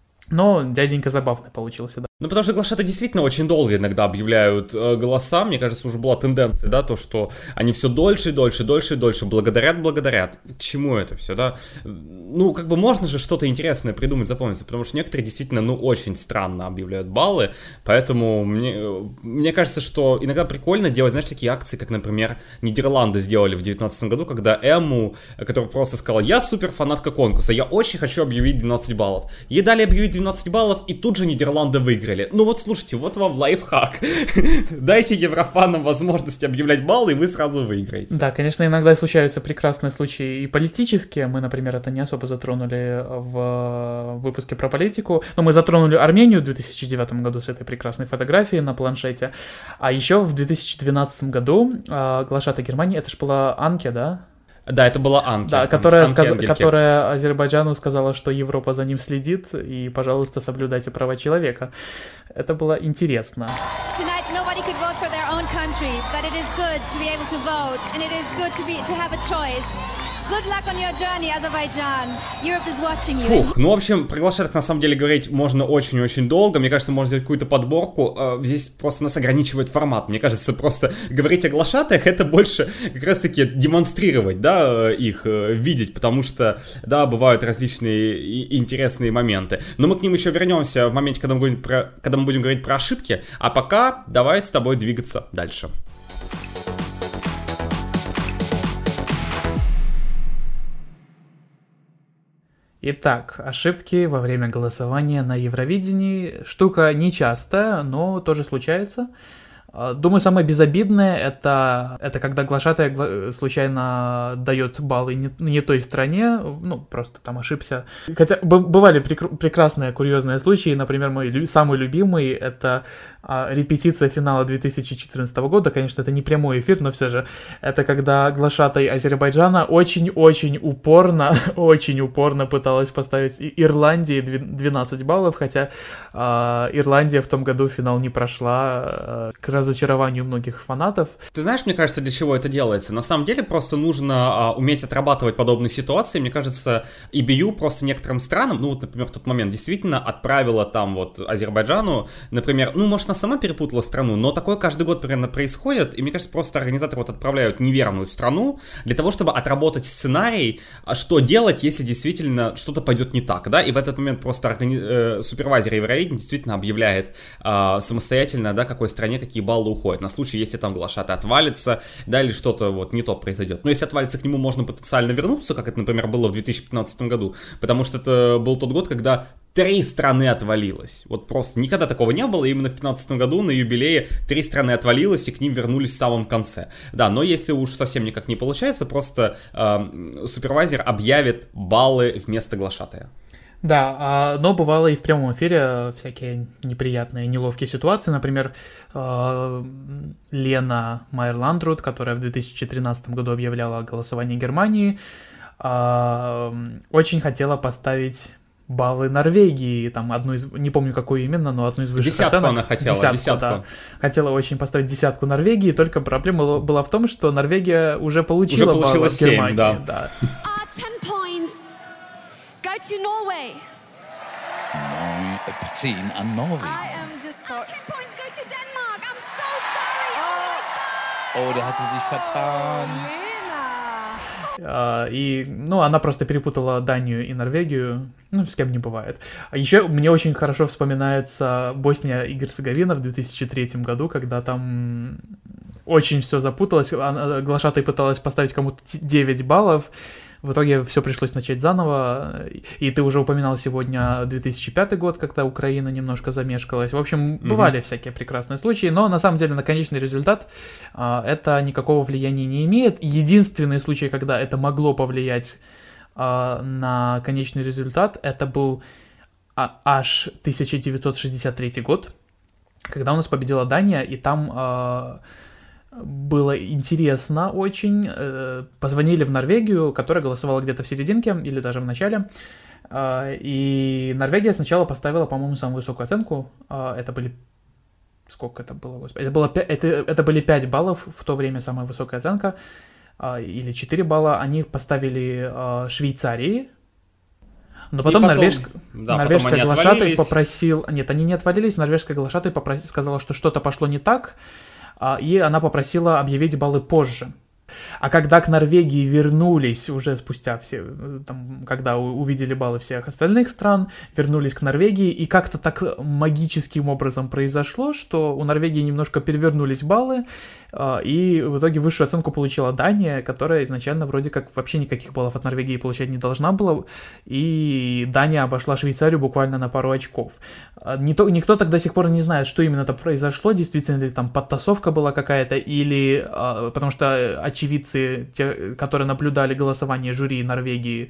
Но дяденька забавный получился, да. Ну, потому что глашатые действительно очень долго иногда объявляют э, голоса. Мне кажется, уже была тенденция, да, то, что они все дольше и дольше, дольше и дольше благодарят-благодарят. К чему это все, да? Ну, как бы можно же что-то интересное придумать, запомниться, потому что некоторые действительно, ну, очень странно объявляют баллы, поэтому мне, мне кажется, что иногда прикольно делать, знаешь, такие акции, как, например, Нидерланды сделали в девятнадцатом году, когда Эмму, которая просто сказала, я супер фанатка конкурса, я очень хочу объявить двенадцать баллов. Ей дали объявить двенадцать баллов, и тут же Нидерланды выиграли. выиграли. Ну вот слушайте, вот вам лайфхак. Дайте еврофанам возможность объявлять баллы, и вы сразу выиграете. Да, конечно, иногда случаются прекрасные случаи и политические. Мы, например, это не особо затронули в выпуске про политику. Но мы затронули Армению в две тысячи девятом году с этой прекрасной фотографией на планшете. А еще в две тысячи двенадцатом году глашатай Германии, это же была Анке, да? Да, это была Анке. Да, которая, Анке сказ... которая Азербайджану сказала, что Европа за ним следит, и, пожалуйста, соблюдайте права человека. Это было интересно. Good luck on your journey, Azerbaijan. Europe is watching you. Фух, ну, в общем, про глашатаев, на самом деле, говорить можно очень-очень долго. Мне кажется, можно сделать какую-то подборку. Здесь просто нас ограничивает формат. Мне кажется, просто говорить о глашатаях — это больше как раз-таки демонстрировать, да, их, видеть, потому что, да, бывают различные интересные моменты. Но мы к ним еще вернемся в моменте, когда мы будем, про... когда мы будем говорить про ошибки. А пока давай с тобой двигаться дальше. Итак, ошибки во время голосования на Евровидении. Штука нечастая, но тоже случается. Думаю, самое безобидное это, это когда глашатай случайно дает баллы не, не той стране, ну, просто там ошибся. Хотя бывали прек- прекрасные курьезные случаи, например, мой лю- самый любимый это а, репетиция финала две тысячи четырнадцатого года, конечно, это не прямой эфир, но все же, это когда глашатай Азербайджана очень-очень упорно, очень упорно пыталась поставить Ирландии двенадцать баллов, хотя а, Ирландия в том году в финал не прошла, а, к разочарованию многих фанатов. Ты знаешь, мне кажется, для чего это делается? На самом деле просто нужно а, уметь отрабатывать подобные ситуации. Мне кажется, и би ю просто некоторым странам, ну вот, например, в тот момент действительно отправила там вот Азербайджану, например, ну, может, она сама перепутала страну, но такое каждый год примерно происходит, и мне кажется, просто организаторы вот отправляют неверную страну для того, чтобы отработать сценарий, что делать, если действительно что-то пойдет не так, да, и в этот момент просто органи... э, супервайзер Евровидения действительно объявляет э, самостоятельно, да, какой стране какие баллы уходят, на случай, если там глашатай отвалится, да, или что-то вот не то произойдет. Но если отвалится, к нему можно потенциально вернуться, как это, например, было в две тысячи пятнадцатом году, потому что это был тот год, когда три страны отвалилось. Вот просто никогда такого не было, и именно в две тысячи пятнадцатом году на юбилее три страны отвалилось, и к ним вернулись в самом конце. Да, но если уж совсем никак не получается, просто э, супервайзер объявит баллы вместо глашатая. Да, но бывало и в прямом эфире всякие неприятные, неловкие ситуации. Например, Лена Майер-Ландрут, которая в две тысячи тринадцатом году объявляла голосование Германии, очень хотела поставить баллы Норвегии, там одну из, не помню какую именно, но одну из высших десятку оценок. Она хотела, десятку, десятку. Да. Хотела очень поставить десятку Норвегии, только проблема была в том, что Норвегия уже получила, уже баллы в Германии. Да. Да. Go to Norway. Norge, team and Norway. I am just sorry. ten points go to Denmark. I'm so sorry. Oh, oh der hatte sich vertan. Uh, и, ну, она просто перепутала Данию и Норвегию. Ну, с кем не бывает. А еще мне очень хорошо вспоминается Босния и Герцеговина в две тысячи третьем году, когда там очень все запуталось. Она, глашатай пыталась поставить кому-то девять баллов. В итоге все пришлось начать заново, и ты уже упоминал сегодня две тысячи пятый год, когда Украина немножко замешкалась. В общем, бывали mm-hmm. всякие прекрасные случаи, но на самом деле на конечный результат а, это никакого влияния не имеет. Единственный случай, когда это могло повлиять а, на конечный результат, это был а, аж тысяча девятьсот шестьдесят третий год, когда у нас победила Дания, и там... А, было интересно очень. Позвонили в Норвегию, которая голосовала где-то в серединке или даже в начале. И Норвегия сначала поставила, по-моему, самую высокую оценку. Это были... Сколько это было, господи? Это, было пять... это, это были пять баллов, в то время самая высокая оценка. Или четыре балла. Они поставили Швейцарии. Но потом, потом норвежск... да, норвежский глашатай попросил... Нет, они не отвалились. Норвежский глашатай попросил... сказала, что что-то пошло не так. И она попросила объявить баллы позже. А когда к Норвегии вернулись уже спустя все, там, когда увидели баллы всех остальных стран, вернулись к Норвегии, и как-то так магическим образом произошло, что у Норвегии немножко перевернулись баллы, и в итоге высшую оценку получила Дания, которая изначально вроде как вообще никаких баллов от Норвегии получать не должна была, и Дания обошла Швейцарию буквально на пару очков. Никто, никто так до сих пор не знает, что именно это произошло, действительно ли там подтасовка была какая-то, или потому что очевидцы, те, которые наблюдали голосование жюри Норвегии,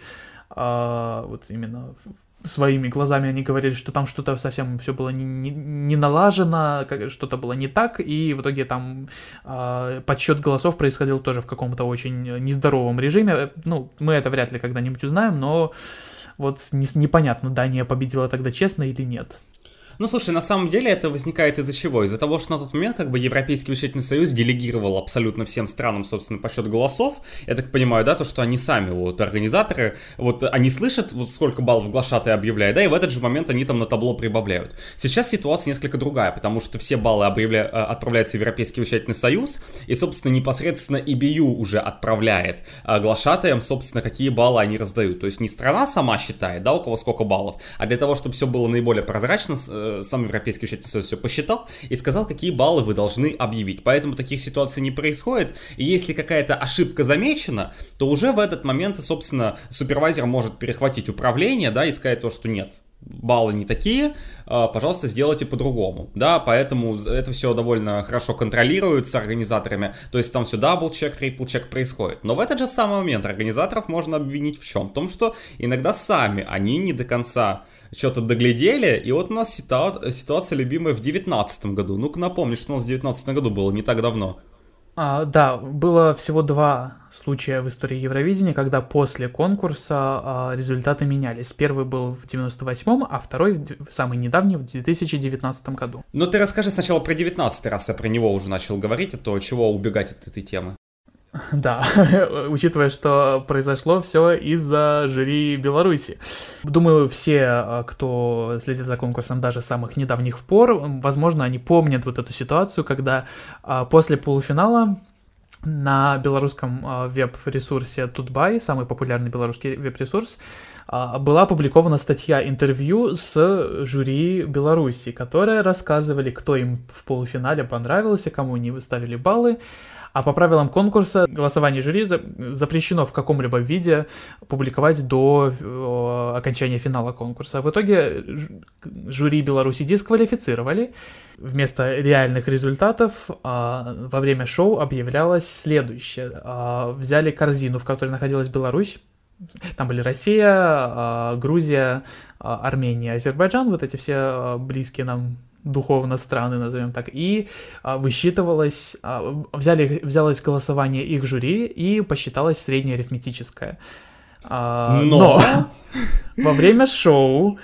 вот именно своими глазами они говорили, что там что-то совсем все было не, не, не налажено, что-то было не так, и в итоге там э, подсчет голосов происходил тоже в каком-то очень нездоровом режиме. Ну, мы это вряд ли когда-нибудь узнаем, но вот не, непонятно, Дания победила тогда честно или нет. Ну, слушай, на самом деле это возникает из-за чего? Из-за того, что на тот момент как бы Европейский вещательный союз делегировал абсолютно всем странам, собственно, подсчет голосов. Я так понимаю, да, то, что они сами, вот, организаторы, вот, они слышат, вот, сколько баллов глашатай объявляют, да, и в этот же момент они там на табло прибавляют. Сейчас ситуация несколько другая, потому что все баллы объявля... отправляются в Европейский вещательный союз, и, собственно, непосредственно и би ю уже отправляет глашатаям, собственно, какие баллы они раздают. То есть не страна сама считает, да, у кого сколько баллов, а для того, чтобы все было наиболее прозрачно, сам Европейский вещательный союз все посчитал и сказал, какие баллы вы должны объявить. Поэтому таких ситуаций не происходит. И если какая-то ошибка замечена, то уже в этот момент, собственно, супервайзер может перехватить управление, да, и сказать то, что нет, баллы не такие, пожалуйста, сделайте по-другому, да, поэтому это все довольно хорошо контролируется организаторами, то есть там все дабл-чек, трипл-чек происходит, но в этот же самый момент организаторов можно обвинить в чем? В том, что иногда сами они не до конца что-то доглядели, и вот у нас ситуа- ситуация любимая в девятнадцатом году, ну-ка напомни, что у нас в девятнадцатом году было не так давно. А, да, было всего два случая в истории Евровидения, когда после конкурса а, результаты менялись. Первый был в девяносто восьмом, а второй, самый недавний, в две тысячи девятнадцатом году. Ну ты расскажи сначала про девятнадцатый, раз я про него уже начал говорить, а то чего убегать от этой темы. Да, учитывая, что произошло все из-за жюри Беларуси. Думаю, все, кто следит за конкурсом даже с самых недавних пор, возможно, они помнят вот эту ситуацию, когда после полуфинала на белорусском веб-ресурсе Тутбай, самый популярный белорусский веб-ресурс, была опубликована статья интервью с жюри Беларуси, которые рассказывали, кто им в полуфинале понравился, кому они выставили баллы. А по правилам конкурса голосование жюри запрещено в каком-либо виде публиковать до э, окончания финала конкурса. В итоге жюри Беларуси дисквалифицировали. Вместо реальных результатов э, во время шоу объявлялось следующее. Э, взяли корзину, в которой находилась Беларусь. Там были Россия, э, Грузия, э, Армения, Азербайджан. Вот эти все э, близкие нам духовно страны, назовем так, и а, высчитывалось, а, взяли, взялось голосование их жюри и посчиталось среднее арифметическое. А, но... но во время шоу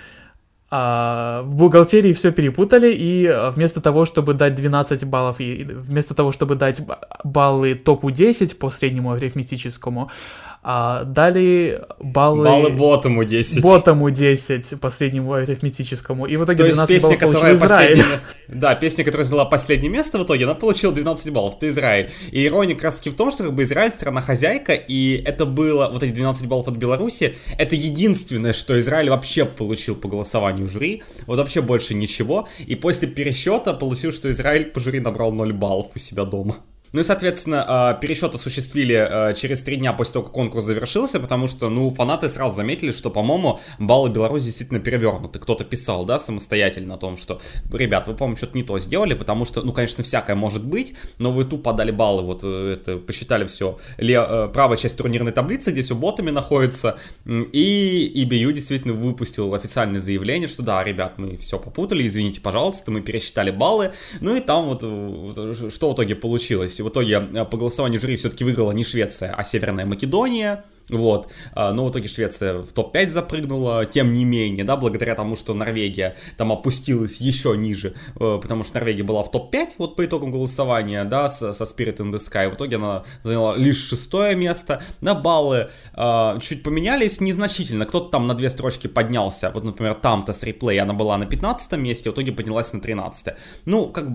а, в бухгалтерии все перепутали, и вместо того, чтобы дать двенадцать баллов, и вместо того, чтобы дать баллы топу десять по среднему арифметическому, а, дали баллы... Баллы ботому десять. Ботому десять по среднему арифметическому. И в итоге то двенадцать есть песня, баллов получил Израиль. Место... Да, песня, которая заняла последнее место в итоге, она получила двенадцать баллов. Это Израиль. И ирония как раз таки в том, что как бы Израиль страна-хозяйка, и это было, вот эти двенадцать баллов от Беларуси, это единственное, что Израиль вообще получил по голосованию жюри. Вот вообще больше ничего. И после пересчета получил, что Израиль по жюри набрал ноль баллов у себя дома. Ну и, соответственно, пересчет осуществили через три дня после того, как конкурс завершился, потому что, ну, фанаты сразу заметили, что, по-моему, баллы Беларуси действительно перевернуты. Кто-то писал, да, самостоятельно о том, что, ребят, вы, по-моему, что-то не то сделали, потому что, ну, конечно, всякое может быть, но вы тупо дали баллы, вот, это, посчитали все. Ле- правая часть турнирной таблицы, где все ботами находится, и и би ю действительно выпустил официальное заявление, что, да, ребят, мы все попутали, извините, пожалуйста, мы пересчитали баллы, ну и там вот, что в итоге получилось. В итоге по голосованию жюри все-таки выиграла не Швеция, а Северная Македония. Вот, но в итоге Швеция в топ пять запрыгнула, тем не менее, да, благодаря тому, что Норвегия там опустилась еще ниже, потому что Норвегия была в топ пять, вот по итогам голосования, да, со, со Spirit in the Sky, в итоге она заняла лишь шестое место, на баллы э, чуть поменялись, незначительно, кто-то там на две строчки поднялся, вот, например, там-то с реплей она была на пятнадцатом месте, в итоге поднялась на тринадцатое, ну, как бы...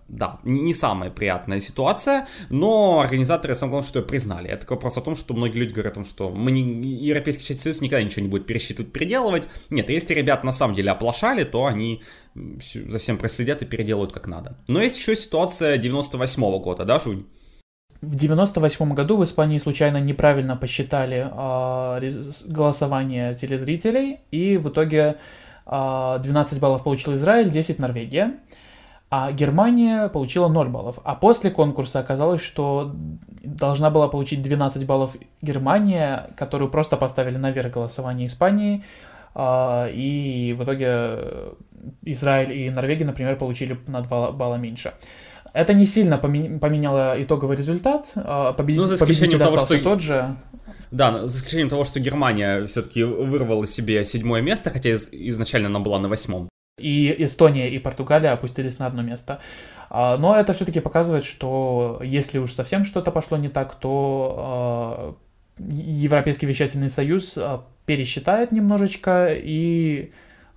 да, не самая приятная ситуация, но организаторы, самое главное, что признали. Это вопрос о том, что многие люди говорят о том, что мы не, Европейский Вещательный Союз никогда ничего не будет пересчитывать, переделывать. Нет, если ребята на самом деле оплошали, то они за всем проследят и переделают как надо. Но есть еще ситуация девяносто восьмого года, да, Жунь? В девяносто восьмом году в Испании случайно неправильно посчитали э, голосование телезрителей, и в итоге э, двенадцать баллов получил Израиль, десять Норвегия, а Германия получила ноль баллов. А после конкурса оказалось, что должна была получить двенадцать баллов Германия, которую просто поставили наверх голосования Испании, э, и в итоге Израиль и Норвегия, например, получили на два балла меньше. Это не сильно поменяло итоговый результат, победитель, ну, победитель того, остался что... тот же. Да, за исключением того, что Германия все-таки вырвала себе седьмое место, хотя изначально она была на восьмом. И Эстония, и Португалия опустились на одно место. Но это все-таки показывает, что если уж совсем что-то пошло не так, то Европейский Вещательный Союз пересчитает немножечко и...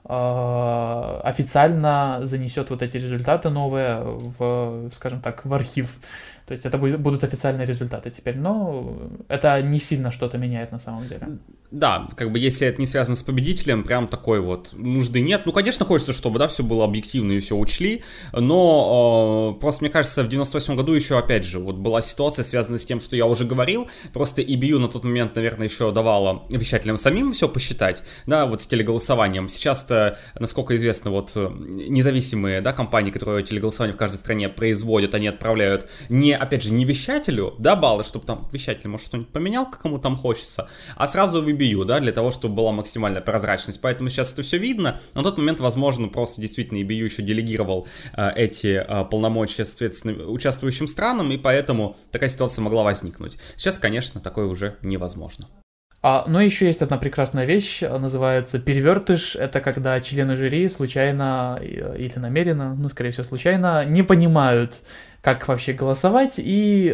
официально занесет вот эти результаты новые в, скажем так, в архив. То есть это будет, будут официальные результаты теперь, но это не сильно что-то меняет на самом деле. Да, как бы если это не связано с победителем, прям такой вот нужды нет. Ну, конечно, хочется, чтобы, да, все было объективно и все учли, но э, просто, мне кажется, в девяносто восьмом году еще, опять же, вот была ситуация, связанная с тем, что я уже говорил, просто и би ю на тот момент, наверное, еще давала вещателям самим все посчитать, да, вот с телеголосованием. Сейчас-то, насколько известно, вот независимые, да, компании, которые телеголосование в каждой стране производят, они отправляют не, опять же, не вещателю, да, баллы, чтобы там вещатель, может, что-нибудь поменял, как кому там хочется, а сразу в би ю, да, для того, чтобы была максимальная прозрачность. Поэтому сейчас это все видно. На тот момент, возможно, просто действительно и би ю еще делегировал э, эти э, полномочия, соответственно, участвующим странам, и поэтому такая ситуация могла возникнуть. Сейчас, конечно, такое уже невозможно. А, но еще есть одна прекрасная вещь, называется перевертыш. Это когда члены жюри случайно или намеренно, ну, скорее всего, случайно, не понимают, как вообще голосовать, и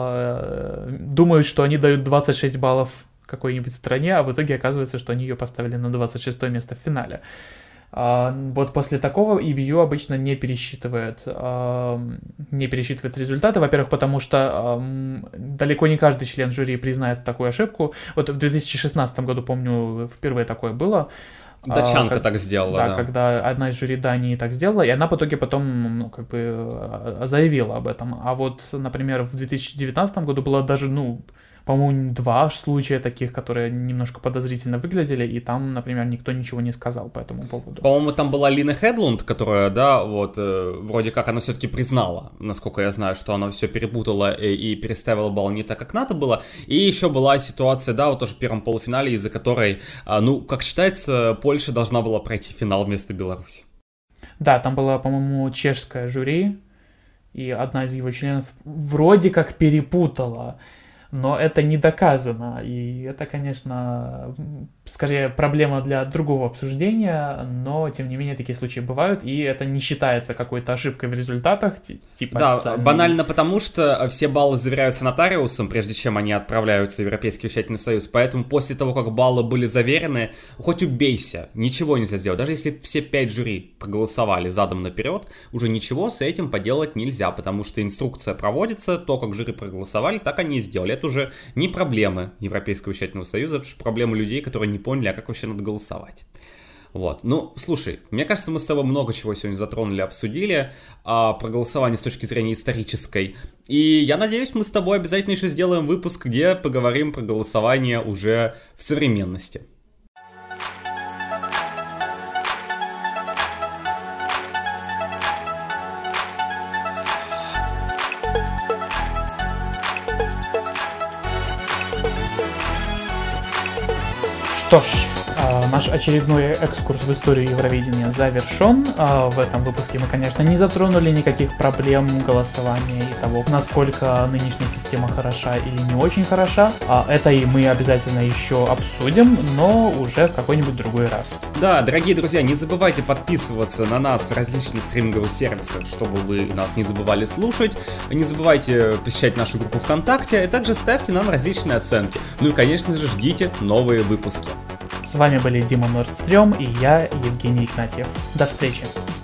э, думают, что они дают двадцать шесть баллов какой-нибудь стране, а в итоге оказывается, что они ее поставили на двадцать шестое место в финале. А, вот после такого и би ю обычно не пересчитывает, а, не пересчитывает результаты, во-первых, потому что а, далеко не каждый член жюри признает такую ошибку. Вот в две тысячи шестнадцатом году, помню, впервые такое было. Датчанка а, как, так сделала, да, да. Когда одна из жюри Дании так сделала, и она в итоге потом, ну, как бы заявила об этом. А вот, например, в две тысячи девятнадцатом году было даже, ну, по-моему, два случая таких, которые немножко подозрительно выглядели, и там, например, никто ничего не сказал по этому поводу. По-моему, там была Лина Хедлунд, которая, да, вот, э, вроде как она все-таки признала, насколько я знаю, что она все перепутала и, и переставила балл не так, как надо было. И еще была ситуация, да, вот тоже в первом полуфинале, из-за которой, э, ну, как считается, Польша должна была пройти финал вместо Беларуси. Да, там была, по-моему, чешское жюри, и одна из его членов вроде как перепутала. Но это не доказано, и это, конечно, скорее проблема для другого обсуждения, но, тем не менее, такие случаи бывают, и это не считается какой-то ошибкой в результатах, типа да, официальной. банально потому, что все баллы заверяются нотариусом, прежде чем они отправляются в Европейский Вещательный Союз, поэтому после того, как баллы были заверены, хоть убейся, ничего нельзя сделать. Даже если все пять жюри проголосовали задом наперед, уже ничего с этим поделать нельзя, потому что инструкция проводится, то, как жюри проголосовали, так они и сделали. Это уже не проблемы Европейского Вещательного Союза, это же проблемы людей, которые не поняли, а как вообще надо голосовать. Вот, ну, слушай, мне кажется, мы с тобой много чего сегодня затронули, обсудили а, про голосование с точки зрения исторической. И я надеюсь, мы с тобой обязательно еще сделаем выпуск, где поговорим про голосование уже в современности. Что ж, наш очередной экскурс в историю Евровидения завершен. В этом выпуске мы, конечно, не затронули никаких проблем голосования и того, насколько нынешняя система хороша или не очень хороша. Это и мы обязательно еще обсудим, но уже в какой-нибудь другой раз. Да, дорогие друзья, не забывайте подписываться на нас в различных стриминговых сервисах, чтобы вы нас не забывали слушать. Не забывайте посещать нашу группу ВКонтакте, и также ставьте нам различные оценки. Ну и, конечно же, ждите новые выпуски. С вами были Дима Нордстрём и я, Евгений Игнатьев. До встречи!